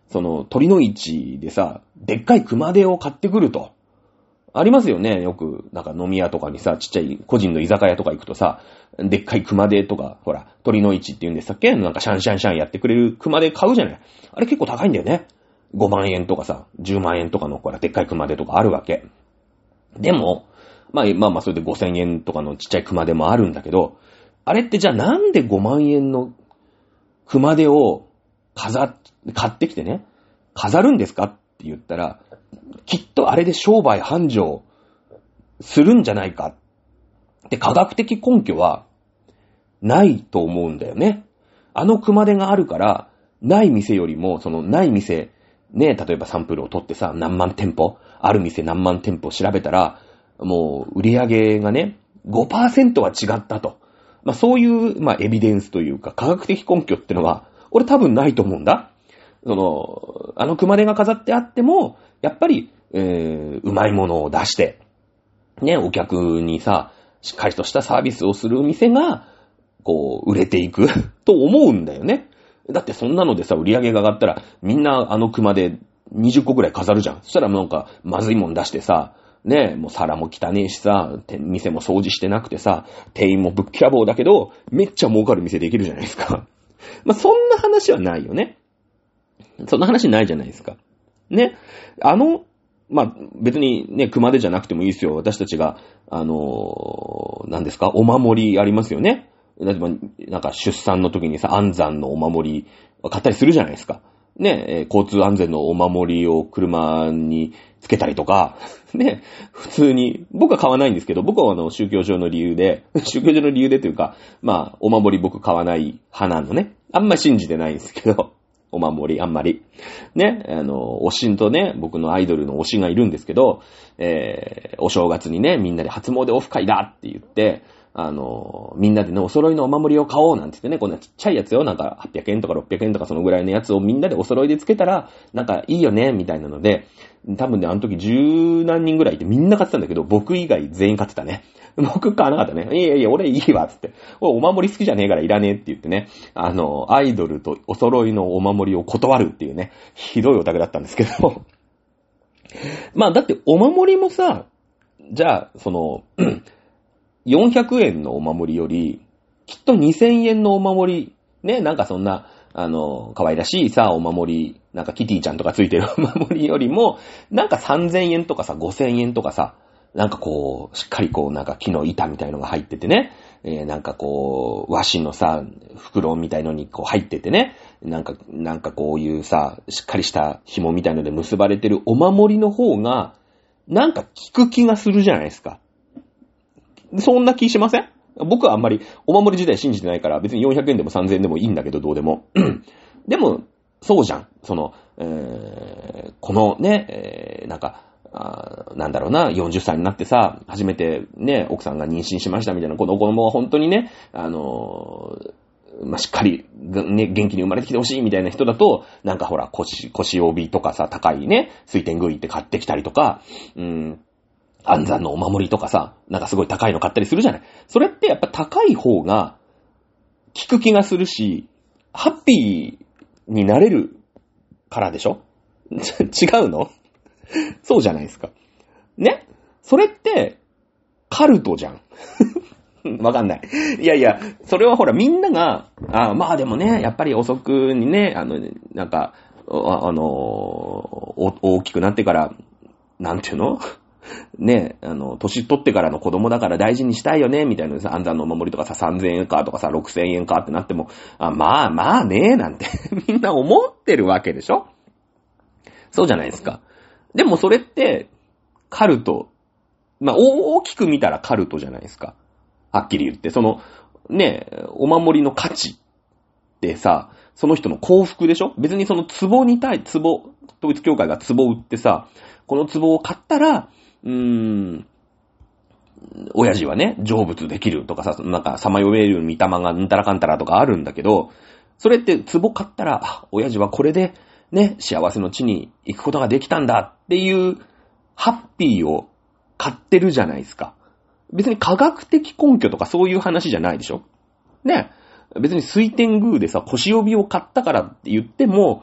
その、鳥の市でさ、でっかい熊手を買ってくると。ありますよね。よく、なんか飲み屋とかにさ、ちっちゃい個人の居酒屋とか行くとさ、でっかい熊手とか、ほら、鳥の市って言うんでしたっけ？なんかシャンシャンシャンやってくれる熊手買うじゃない。あれ結構高いんだよね。ごまんえんとかさ、じゅうまんえんとかの、ほら、でっかい熊手とかあるわけ。でも、まあまあまあ、それでごせんえんとかのちっちゃい熊手もあるんだけど、あれってじゃあなんでごまんえんの熊手を飾っ、買ってきてね、飾るんですかって言ったら、きっとあれで商売繁盛するんじゃないかって科学的根拠はないと思うんだよね。あの熊手があるから、ない店よりも、そのない店、ね、例えばサンプルを取ってさ、何万店舗、ある店何万店舗調べたら、もう売り上げがね、ごパーセント は違ったと。まあそういう、まあエビデンスというか科学的根拠ってのは、俺多分ないと思うんだ。その、あの熊手が飾ってあっても、やっぱり、えー、うまいものを出して、ね、お客にさ、しっかりとしたサービスをする店が、こう、売れていくと思うんだよね。だってそんなのでさ、売り上げが上がったら、みんなあの熊でにじゅっこくらい飾るじゃん。そしたらなんか、まずいもん出してさ、ね、もう皿も汚ねえしさ、店も掃除してなくてさ、店員もぶっきらぼうだけど、めっちゃ儲かる店できるじゃないですか。まあ、そんな話はないよね。そんな話ないじゃないですか。ね。あの、まあ、別にね、熊手じゃなくてもいいですよ。私たちが、あのー、何ですか、お守りありますよね。例えば、なんか出産の時にさ、安産のお守り買ったりするじゃないですか。ね、えー、交通安全のお守りを車につけたりとか、ね、普通に、僕は買わないんですけど、僕はあの、宗教上の理由で、宗教上の理由でというか、まあ、お守り僕買わない派なのね。あんま信じてないんですけど、お守り、あんまり。ね、あの、推しとね、僕のアイドルの推しがいるんですけど、えー、お正月にね、みんなで初詣オフ会だって言って、あの、みんなでね、お揃いのお守りを買おうなんて言ってね、こんなちっちゃいやつよ、なんかはっぴゃくえんとかろっぴゃくえんとかそのぐらいのやつをみんなでお揃いでつけたら、なんかいいよね、みたいなので、多分ね、あの時十何人ぐらいいてみんな買ってたんだけど、僕以外全員買ってたね。僕買わなかったね。いやいや、俺いいわ、つって。俺お守り好きじゃねえからいらねえって言ってね、あの、アイドルとお揃いのお守りを断るっていうね、ひどいオタクだったんですけど。まあ、だってお守りもさ、じゃあ、その、よんひゃくえんのお守りより、きっとにせんえんのお守り、ね、なんかそんな、あの、可愛らしいさ、お守り、なんかキティちゃんとかついてるお守りよりも、なんかさんぜんえんとかさ、ごせんえんとかさ、なんかこう、しっかりこう、なんか木の板みたいのが入っててね、えー、なんかこう、和紙のさ、袋みたいのにこう入っててね、なんか、なんかこういうさ、しっかりした紐みたいので結ばれてるお守りの方が、なんか効く気がするじゃないですか。そんな気しません？僕はあんまりお守り自体信じてないから別によんひゃくえんでもさんぜんえんでもいいんだけどどうでも。でも、そうじゃん。その、えー、このね、えー、なんか、あなんだろうな、よんじゅっさいになってさ、初めてね、奥さんが妊娠しましたみたいな、この子供は本当にね、あのー、まあ、しっかり、ね、元気に生まれてきてほしいみたいな人だと、なんかほら、腰、腰帯とかさ、高いね、水天宮行って買ってきたりとか、うん、安産のお守りとかさ、なんかすごい高いの買ったりするじゃない。それってやっぱ高い方が効く気がするし、ハッピーになれるからでしょ？違うの？そうじゃないですか。ね？それってカルトじゃん。わかんない。いやいや、それはほらみんなが、あまあでもね、やっぱり遅くにね、あの、なんか、あ、あの、大きくなってから、なんていうの？ね、あの、年取ってからの子供だから大事にしたいよね、みたいなさ、安産のお守りとかさ、さんぜんえんかとかさ、ろくせんえんかってなっても、あまあまあね、なんて、みんな思ってるわけでしょ？そうじゃないですか。でもそれって、カルト、まあ大きく見たらカルトじゃないですか。はっきり言って、その、ね、お守りの価値ってさ、その人の幸福でしょ？別にその壺に対、壺、統一教会が壺売ってさ、この壺を買ったら、うーん、親父はね、成仏できるとかさ、なんか、さまよえる御霊がんたらかんたらとかあるんだけど、それって壺買ったら、あ、親父はこれで、ね、幸せの地に行くことができたんだっていう、ハッピーを買ってるじゃないですか。別に科学的根拠とかそういう話じゃないでしょ？ね。別に水天宮でさ、腰帯を買ったからって言っても、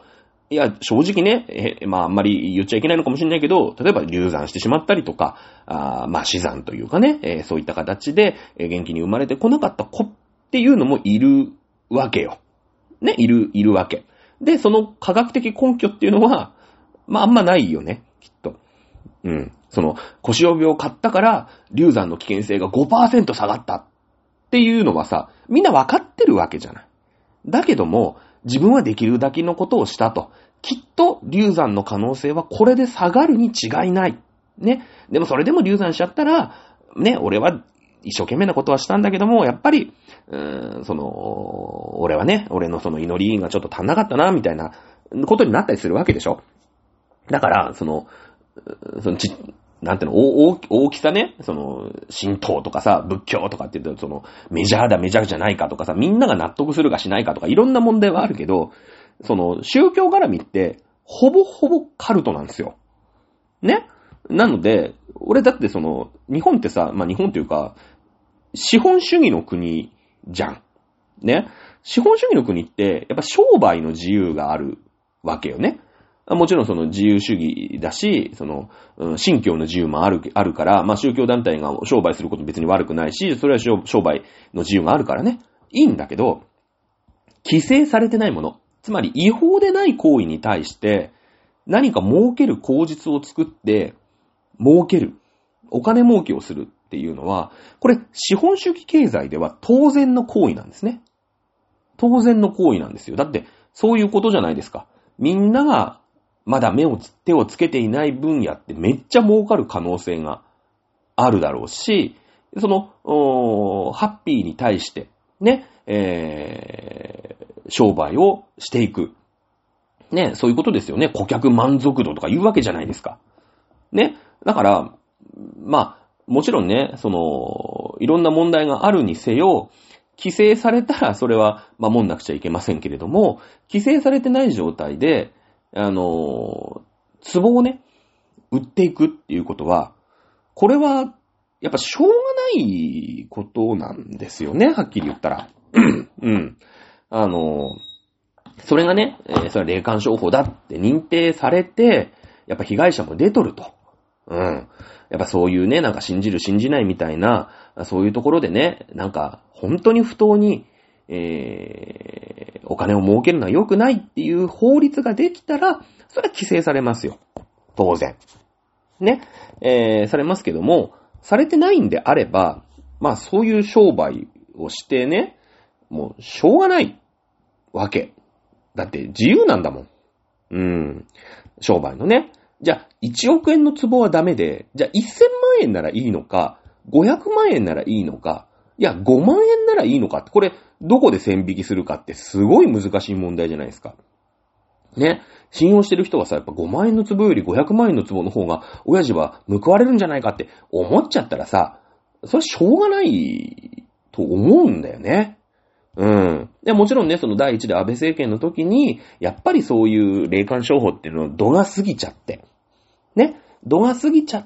いや、正直ね、え、まああんまり言っちゃいけないのかもしれないけど、例えば流産してしまったりとか、あまあ死産というかね、えー、そういった形で、えー、元気に生まれてこなかった子っていうのもいるわけよ。ね、いる、いるわけ。で、その科学的根拠っていうのは、まああんまないよね、きっと。うん。その、腰帯を買ったから、流産の危険性が ごパーセント 下がったっていうのはさ、みんなわかってるわけじゃない。だけども、自分はできるだけのことをしたと。きっと流産の可能性はこれで下がるに違いない。ね。でもそれでも流産しちゃったら、ね、俺は一生懸命なことはしたんだけども、やっぱり、うーん、その、俺はね、俺のその祈りがちょっと足んなかったな、みたいなことになったりするわけでしょ。だから、その、そのち、なんていうの、大、大きさね、その、神道とかさ、仏教とかって言うと、その、メジャーだ、メジャーじゃないかとかさ、みんなが納得するかしないかとか、いろんな問題はあるけど、その、宗教絡みって、ほぼほぼカルトなんですよ。ね？なので、俺だってその、日本ってさ、まあ、日本というか、資本主義の国じゃん。ね？資本主義の国って、やっぱ商売の自由があるわけよね。もちろんその自由主義だし、その、うん、信教の自由もある、あるから、まあ宗教団体が商売すること別に悪くないし、それは商売の自由があるからね。いいんだけど、規制されてないもの。つまり違法でない行為に対して、何か儲ける口実を作って、儲ける。お金儲けをするっていうのは、これ資本主義経済では当然の行為なんですね。当然の行為なんですよ。だって、そういうことじゃないですか。みんなが、まだ目をつ、手をつけていない分野ってめっちゃ儲かる可能性があるだろうし、その、ハッピーに対して、ね、えー、商売をしていく。ね、そういうことですよね。顧客満足度とか言うわけじゃないですか。ね。だから、まあ、もちろんね、その、いろんな問題があるにせよ、規制されたらそれは守んなくちゃいけませんけれども、規制されてない状態で、あの、壺をね、売っていくっていうことは、これは、やっぱしょうがないことなんですよね、はっきり言ったら。うん。あの、それがね、えー、それは霊感商法だって認定されて、やっぱ被害者も出とると。うん。やっぱそういうね、なんか信じる信じないみたいな、そういうところでね、なんか本当に不当に、えー、お金を儲けるのは良くないっていう法律ができたら、それは規制されますよ。当然。ね。えー、されますけども、されてないんであれば、まあそういう商売をしてね、もうしょうがないわけ。だって自由なんだもん。うん。商売のね。じゃあ、いちおくえんの壺はダメで、じゃあせんまんえんならいいのか、ごひゃくまんえんならいいのか、いや、ごまんえんならいいのかって、これ、どこで線引きするかってすごい難しい問題じゃないですか。ね。信用してる人はさ、やっぱごまんえんの壺よりごひゃくまんえんの壺の方が、親父は報われるんじゃないかって思っちゃったらさ、それはしょうがないと思うんだよね。うん。でもちろんね、その第一で安倍政権の時に、やっぱりそういう霊感商法っていうのを度が過ぎちゃって、ね。度が過ぎちゃって、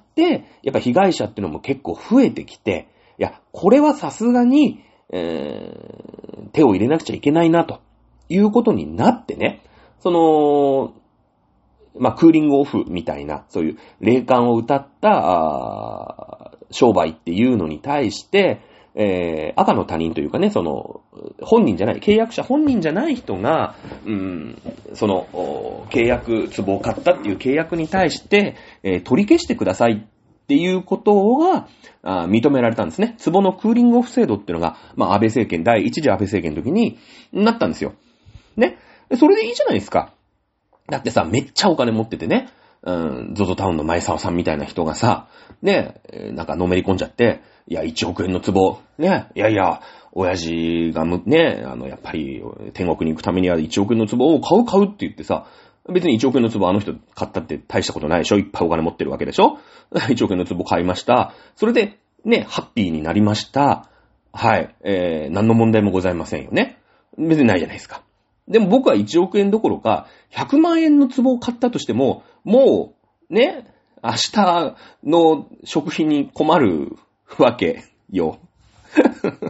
やっぱ被害者っていうのも結構増えてきて、いや、これはさすがに、えー、手を入れなくちゃいけないな、ということになってね、その、まあ、クーリングオフみたいな、そういう霊感を謳った、あ商売っていうのに対して、えー、赤の他人というかね、その、本人じゃない、契約者本人じゃない人が、うん、その、契約、壺を買ったっていう契約に対して、えー、取り消してくださいっていうことが、あ認められたんですね。壺のクーリングオフ制度っていうのが、まあ、安倍政権、第一次安倍政権の時になったんですよ。ね。それでいいじゃないですか。だってさ、めっちゃお金持っててね、うん、ゾゾタウンの前沢さんみたいな人がさ、ね、なんかのめり込んじゃって、いや、いちおくえんの壺、ね、いやいや、親父がむ、ね、あの、やっぱり、天国に行くためにはいちおくえんの壺を買う買うって言ってさ、別にいちおくえんの壺あの人買ったって大したことないでしょ、いっぱいお金持ってるわけでしょいちおくえんの壺買いました。それで、ね、ハッピーになりました。はい、えー、何の問題もございませんよね。別にないじゃないですか。でも僕はいちおくえんどころか、ひゃくまんえんの壺を買ったとしても、もう、ね、明日の食費に困るわけよ。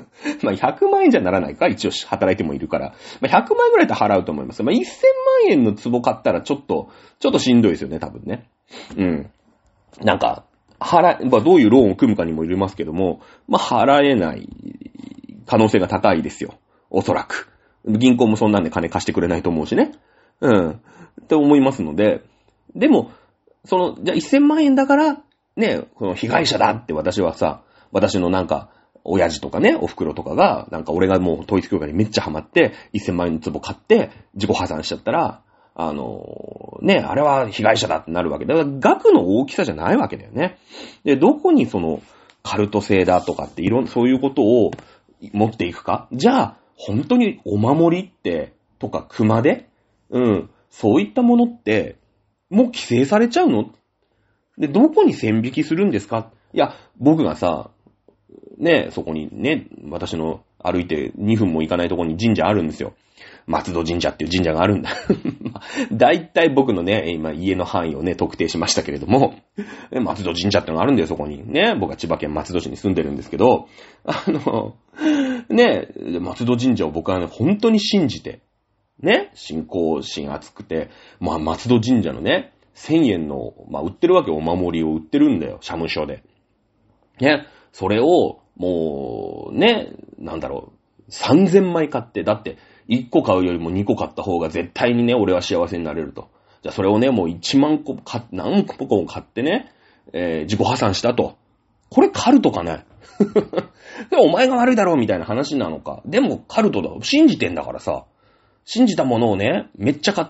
まあひゃくまんえんじゃならないか、一応働いてもいるから。まあひゃくまんえんぐらいで払うと思います。まあせんまんえんの壺買ったらちょっと、ちょっとしんどいですよね、多分ね。うん。なんか、払、まあどういうローンを組むかにもよりますけども、まあ払えない可能性が高いですよ。おそらく。銀行もそんなんで金貸してくれないと思うしね。うん。って思いますので、でも、その、じゃあせんまんえんだから、ね、この被害者だって私はさ、私のなんか、親父とかね、お袋とかが、なんか俺がもう統一教会にめっちゃハマって、せんまんえんの壺買って、自己破産しちゃったら、あの、ね、あれは被害者だってなるわけだから、額の大きさじゃないわけだよね。で、どこにその、カルト性だとかっていろん、そういうことを持っていくか。じゃあ、本当にお守りって、とか熊手うん。そういったものって、もう規制されちゃうので、どこに線引きするんですか？いや、僕がさ、ね、そこにね、私の歩いてにふんも行かないところに神社あるんですよ。松戸神社っていう神社があるんだ。だいたい僕のね、今家の範囲をね、特定しましたけれども、松戸神社ってのがあるんだよ、そこに。ね、僕は千葉県松戸市に住んでるんですけど、あの、ね、松戸神社を僕はね、本当に信じて、ね、信仰心熱くて、まあ松戸神社のね、せんえんの、まあ売ってるわけお守りを売ってるんだよ、社務所で。ね、それを、もう、ね、なんだろう、さんぜんまい買って、だって、いっこ買うよりもにこ買った方が絶対にね、俺は幸せになれると。じゃあそれをね、もういちまんこ買っ、何個も買ってね、えー、自己破産したと。これカルトかねお前が悪いだろうみたいな話なのか。でもカルトだ。信じてんだからさ。信じたものをね、めっちゃ買って、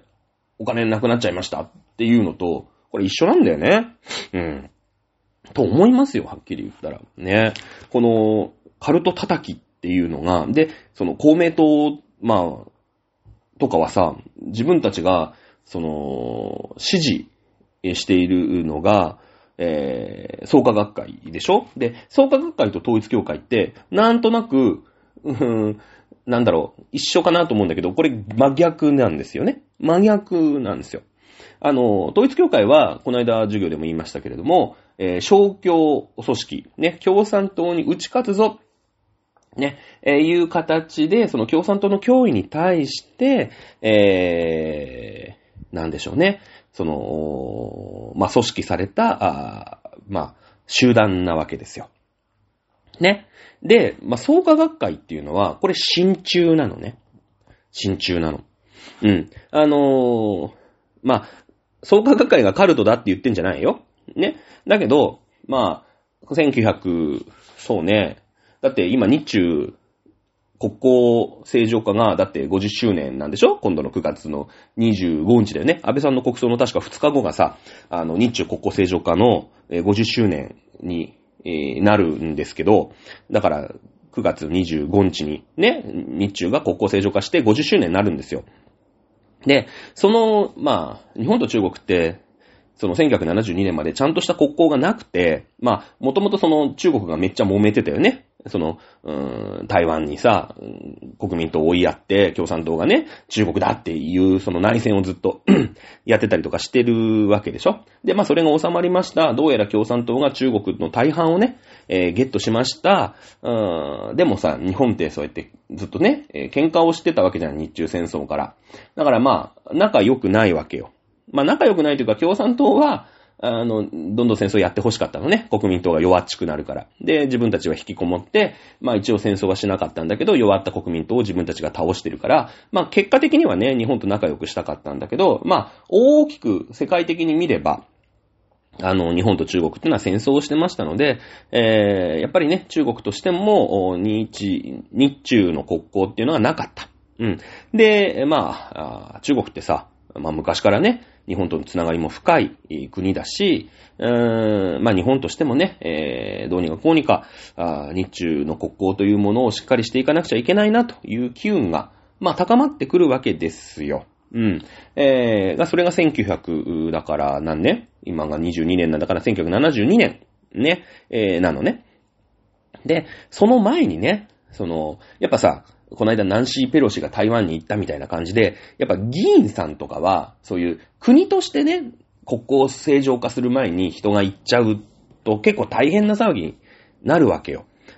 お金なくなっちゃいましたっていうのと、これ一緒なんだよね。うん。と思いますよ、はっきり言ったら。ね。この、カルト叩きっていうのが、で、その公明党、まあ、とかはさ、自分たちが、その、支持しているのが、えー、創価学会でしょ？で、創価学会と統一教会って、なんとなく、うーん、なんだろう、一緒かなと思うんだけど、これ真逆なんですよね。真逆なんですよ。あの、統一教会は、この間授業でも言いましたけれども、えー、勝共組織、ね、共産党に打ち勝つぞ、ね、えー、いう形で、その共産党の脅威に対して、えー、なんでしょうね、その、まあ、組織された、あまあ、集団なわけですよ。ね。で、まあ、創価学会っていうのは、これ、親中なのね。親中なの。うん。あのー、まあ、創価学会がカルトだって言ってんじゃないよ。ね。だけど、まあ、せんきゅうひゃく、そうね。だって今日中国交正常化がだってごじゅっしゅうねんなんでしょ？今度のくがつのにじゅうごにちだよね。安倍さんの国葬の確かふつかごがさ、あの日中国交正常化のごじゅっしゅうねんになるんですけど、だからくがつにじゅうごにちにね、日中が国交正常化してごじゅっしゅうねんになるんですよ。で、その、まあ、日本と中国って、そのせんきゅうひゃくななじゅうにねんまでちゃんとした国交がなくて、まあ、もともとその中国がめっちゃ揉めてたよね。その、うーん、台湾にさ、国民党を追いやって、共産党がね、中国だっていう、その内戦をずっとやってたりとかしてるわけでしょ。で、まあ、それが収まりました。どうやら共産党が中国の大半をね、えー、ゲットしました。うーん、でもさ、日本ってそうやってずっとね、えー、喧嘩をしてたわけじゃん、日中戦争から。だからまあ、仲良くないわけよ。まあ仲良くないというか共産党は、あの、どんどん戦争やって欲しかったのね。国民党が弱っちくなるから。で、自分たちは引きこもって、まあ一応戦争はしなかったんだけど、弱った国民党を自分たちが倒してるから、まあ結果的にはね、日本と仲良くしたかったんだけど、まあ大きく世界的に見れば、あの、日本と中国っていうのは戦争をしてましたので、えー、やっぱりね、中国としても、日、日中の国交っていうのがなかった。うん。で、まあ、中国ってさ、まあ昔からね、日本とのつながりも深い国だし、うーんまあ日本としてもね、えー、どうにかこうにかあ日中の国交というものをしっかりしていかなくちゃいけないなという機運が、まあ高まってくるわけですよ。うん。えー、それがせんきゅうひゃくだから何年？今がにじゅうにねんなんだからせんきゅうひゃくななじゅうにねんね、えー、なのね。で、その前にね、その、やっぱさ、この間ナンシー・ペロシが台湾に行ったみたいな感じで、やっぱ議員さんとかは、そういう国としてね、国交正常化する前に人が行っちゃうと結構大変な騒ぎになるわけよ。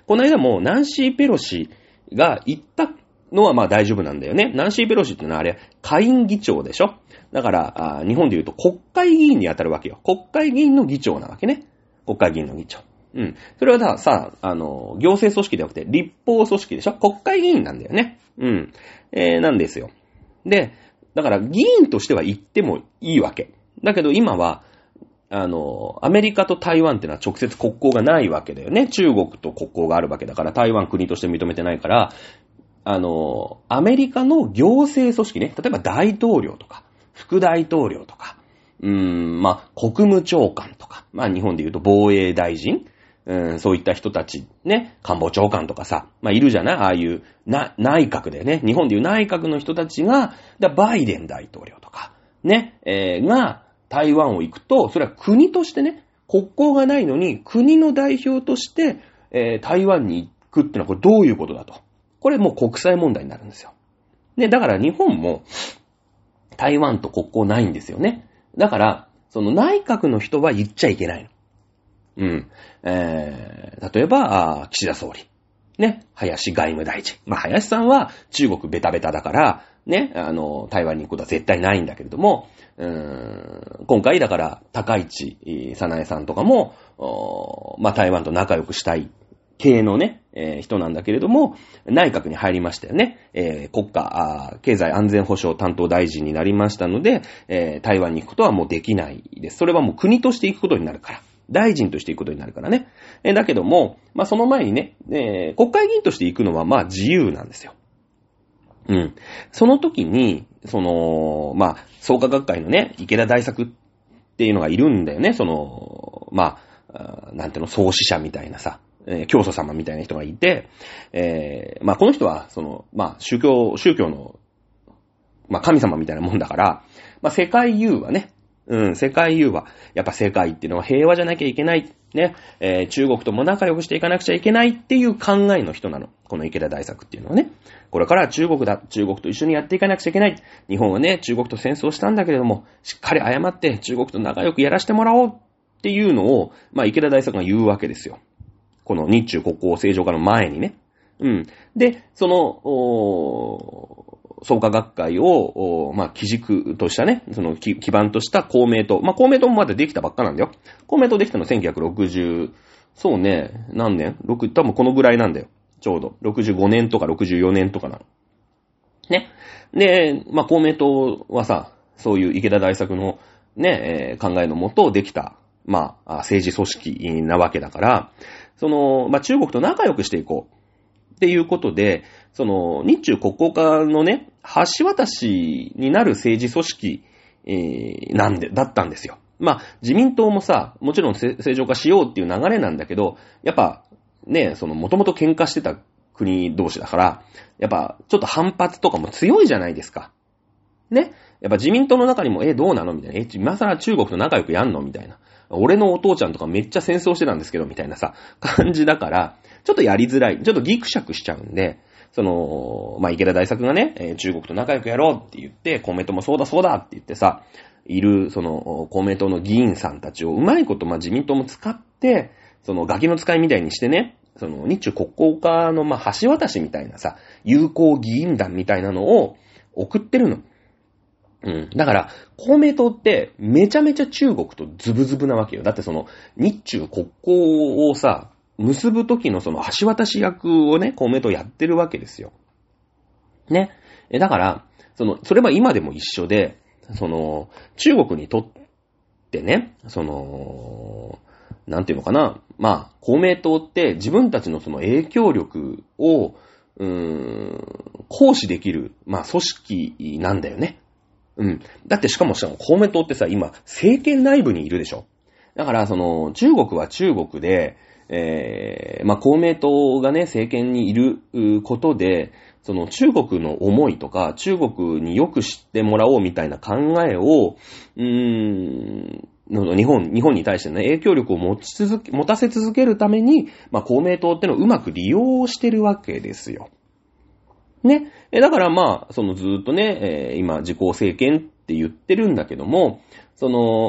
この間もナンシー・ペロシが言ったのはまあ大丈夫なんだよね。ナンシー・ペロシってのはあれ、下院議長でしょ。だから、あ日本で言うと国会議員に当たるわけよ。国会議員の議長なわけね。国会議員の議長。うん。それはだ、さ、あの、行政組織ではなくて、立法組織でしょ。国会議員なんだよね。うん。えー、なんですよ。で、だから議員としては言ってもいいわけ。だけど今は、あの、アメリカと台湾ってのは直接国交がないわけだよね。中国と国交があるわけだから、台湾国として認めてないから、あの、アメリカの行政組織ね、例えば大統領とか、副大統領とか、うーん、まあ、国務長官とか、まあ、日本で言うと防衛大臣、うん、そういった人たち、ね、官房長官とかさ、まあ、いるじゃない？ああいう、な、内閣だよね。日本でいう内閣の人たちが、だバイデン大統領とか、ね、えー、が、台湾を行くと、それは国としてね、国交がないのに、国の代表として、えー、台湾に行くってのはこれどういうことだと。これもう国際問題になるんですよ。ね、だから日本も、台湾と国交ないんですよね。だから、その内閣の人は言っちゃいけないの。うん。えー、例えば、岸田総理。ね。林外務大臣。まあ、林さんは中国ベタベタだから、ね。あの、台湾に行くことは絶対ないんだけれども、うーん、今回だから、高市早苗さんとかも、まあ、台湾と仲良くしたい系のね、えー、人なんだけれども、内閣に入りましたよね。えー、国家経済安全保障担当大臣になりましたので、えー、台湾に行くことはもうできないです。それはもう国として行くことになるから。大臣として行くことになるからね。えー、だけども、まあ、その前にね、えー、国会議員として行くのはまあ自由なんですよ。うん。その時に、その、まあ、創価学会のね、池田大作っていうのがいるんだよね。その、まあ、なんていうの、創始者みたいなさ、えー、教祖様みたいな人がいて、えー、まあ、この人は、その、まあ、宗教、宗教の、まあ、神様みたいなもんだから、まあ、世界融和ね。うん、世界融和。やっぱ世界っていうのは平和じゃなきゃいけない。ね。えー、中国とも仲良くしていかなくちゃいけないっていう考えの人なの。この池田大作っていうのはね。これから中国だ。中国と一緒にやっていかなくちゃいけない。日本はね、中国と戦争したんだけれども、しっかり謝って中国と仲良くやらせてもらおうっていうのを、まあ、池田大作が言うわけですよ。この日中国交正常化の前にね。うん。で、その、創価学会を、まあ、基軸としたね、その基盤とした公明党。まあ、公明党もまだできたばっかなんだよ。公明党できたのせんきゅうひゃくろくじゅう、そうね、何年 ?ろく、多分このぐらいなんだよ。ちょうど。ろくじゅうごねんとかろくじゅうよねんとかなの。ね。で、まあ、公明党はさ、そういう池田大作のね、えー、考えのもとできた、まあ、政治組織なわけだから、その、まあ、中国と仲良くしていこう。っていうことで、その、日中国交化のね、橋渡しになる政治組織、えー、なんで、だったんですよ。まあ、自民党もさ、もちろん正常化しようっていう流れなんだけど、やっぱ、ね、その、もともと喧嘩してた国同士だから、やっぱ、ちょっと反発とかも強いじゃないですか。ね。やっぱ自民党の中にも、え、どうなのみたいな。え、今更中国と仲良くやんのみたいな。俺のお父ちゃんとかめっちゃ戦争してたんですけど、みたいなさ、感じだから、ちょっとやりづらい。ちょっとギクシャクしちゃうんで、その、まあ、池田大作がね、えー、中国と仲良くやろうって言って、公明党もそうだそうだって言ってさ、いる、その、公明党の議員さんたちをうまいこと、まあ、自民党も使って、その、ガキの使いみたいにしてね、その、日中国交化の、まあ、橋渡しみたいなさ、友好議員団みたいなのを送ってるの。うん。だから、公明党ってめちゃめちゃ中国とズブズブなわけよ。だってその、日中国交をさ、結ぶ時のその橋渡し役をね、公明党やってるわけですよ。ね。え、だから、その、それは今でも一緒で、その、中国にとってね、その、なんていうのかな。まあ、公明党って自分たちのその影響力を、うーん、行使できる、まあ、組織なんだよね。うん。だってしかもさ、公明党ってさ、今、政権内部にいるでしょ。だから、その、中国は中国で、えー、まあ、公明党がね、政権にいることで、その中国の思いとか、中国によく知ってもらおうみたいな考えを、うーん、日本、日本に対してね、影響力を持ち続け、持たせ続けるために、まあ、公明党ってのをうまく利用してるわけですよ。ね。だからまあ、そのずっとね、えー、今、自公政権って言ってるんだけども、その、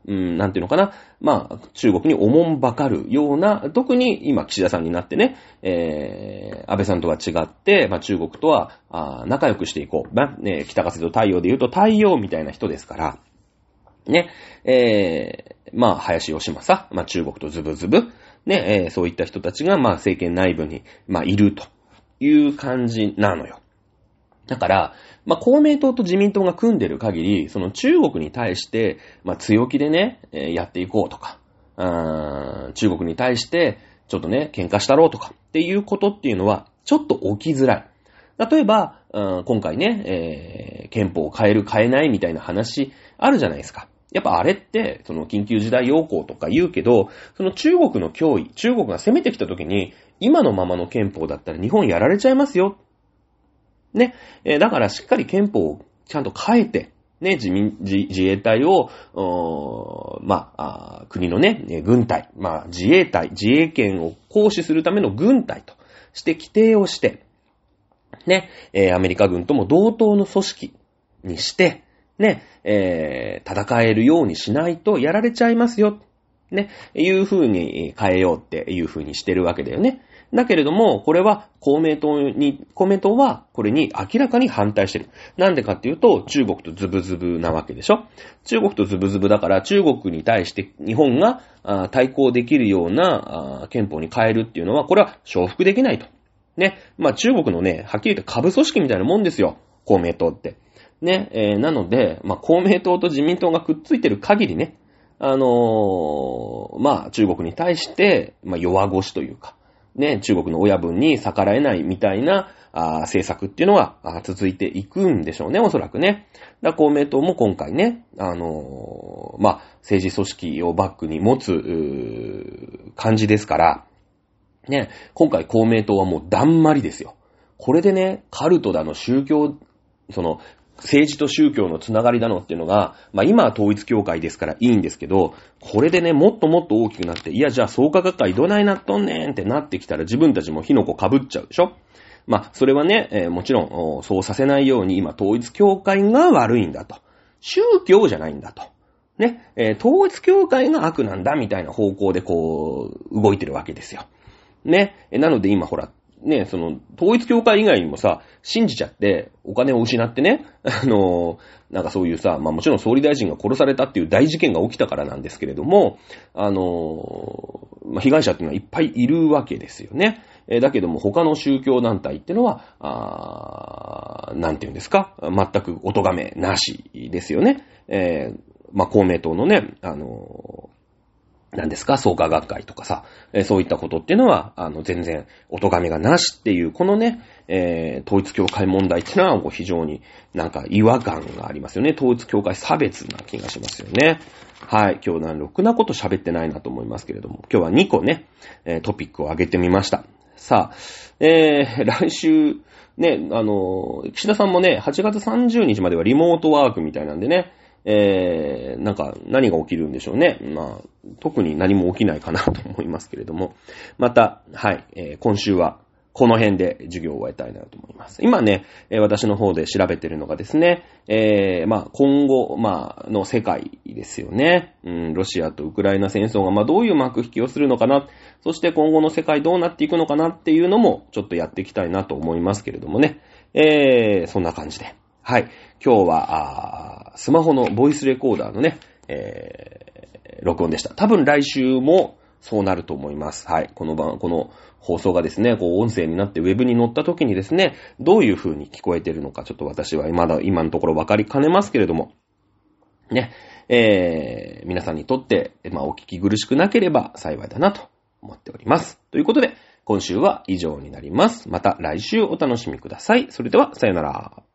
うん、なんていうのかな、まあ、中国におもんばかるような、特に今、岸田さんになってね、えー、安倍さんとは違って、まあ、中国とは、あ仲良くしていこう。まあ、ね、北風と太陽で言うと太陽みたいな人ですから、ね、えー、まあ、林芳正、まあ、中国とズブズブ、ね、えー、そういった人たちが、まあ、政権内部に、まあ、いるという感じなのよ。だから、まあ、公明党と自民党が組んでる限り、その中国に対して、まあ、強気でね、えー、やっていこうとか、あー、中国に対して、ちょっとね、喧嘩したろうとかっていうことっていうのは、ちょっと起きづらい。例えば、うん、今回ね、えー、憲法を変える変えないみたいな話あるじゃないですか。やっぱあれって、その緊急事態要項とか言うけど、その中国の脅威、中国が攻めてきた時に、今のままの憲法だったら日本やられちゃいますよ。ね。えー、だからしっかり憲法をちゃんと変えて、ね、自民、自、自衛隊を、まあ、あ国のね、軍隊、まあ、自衛隊、自衛権を行使するための軍隊として規定をして、ね、えー、アメリカ軍とも同等の組織にして、ね、えー、戦えるようにしないとやられちゃいますよ。ね、いう風に変えようっていう風にしてるわけだよね。だけれども、これは公明党に、公明党はこれに明らかに反対してる。なんでかっていうと、中国とズブズブなわけでしょ。中国とズブズブだから中国に対して日本が対抗できるような憲法に変えるっていうのは、これは承服できないと。ね。まあ中国のね、はっきり言って下部組織みたいなもんですよ。公明党って。ね。えー、なので、まあ公明党と自民党がくっついてる限りね、あのー、まあ中国に対して、まあ弱腰というか、ね、中国の親分に逆らえないみたいなあ政策っていうのは続いていくんでしょうね、おそらくね。だ公明党も今回ね、あのー、まあ政治組織をバックに持つ感じですから、ね、今回公明党はもうだんまりですよ。これでね、カルトだの宗教、その、政治と宗教のつながりだのっていうのが、まあ今は統一教会ですからいいんですけど、これでね、もっともっと大きくなって、いやじゃあ創価学会どないなっとんねんってなってきたら自分たちも火の粉被っちゃうでしょ。まあそれはね、えー、もちろんそうさせないように今統一教会が悪いんだと。宗教じゃないんだと。ね、えー、統一教会が悪なんだみたいな方向でこう、動いてるわけですよ。ね。なので今ほら、ね、その、統一教会以外にもさ、信じちゃって、お金を失ってね、あの、なんかそういうさ、まあもちろん総理大臣が殺されたっていう大事件が起きたからなんですけれども、あの、まあ被害者っていうのはいっぱいいるわけですよね。えー、だけども他の宗教団体っていうのは、あー、なんていうんですか、全くお咎めなしですよね。えー、まあ公明党のね、あの、何ですか、創価学会とかさ、えー、そういったことっていうのは、あの、全然、お咎めがなしっていう、このね、えー、統一教会問題っていうのは、こう非常になんか違和感がありますよね。統一教会差別な気がしますよね。はい。今日なんろくなこと喋ってないなと思いますけれども、今日はにこね、えー、トピックを挙げてみました。さあ、えー、来週、ね、あの、岸田さんもね、はちがつさんじゅうにちまではリモートワークみたいなんでね、えー、なんか何が起きるんでしょうね。まあ、特に何も起きないかなと思いますけれども。また、はい、えー、今週はこの辺で授業を終えたいなと思います。今ね、えー、私の方で調べてるのがですね、えー、まあ、今後、まあ、の世界ですよね。うん、ロシアとウクライナ戦争が、まあ、どういう幕引きをするのかな。そして今後の世界どうなっていくのかなっていうのも、ちょっとやっていきたいなと思いますけれどもね。えー、そんな感じで。はい。今日は、スマホのボイスレコーダーのね、えー、録音でした。多分来週もそうなると思います。はい。この番、この放送がですね、こう音声になってウェブに載った時にですね、どういう風に聞こえてるのか、ちょっと私はまだ今のところ分かりかねますけれども、ね、えー、皆さんにとって、まあ、お聞き苦しくなければ幸いだなと思っております。ということで、今週は以上になります。また来週お楽しみください。それでは、さよなら。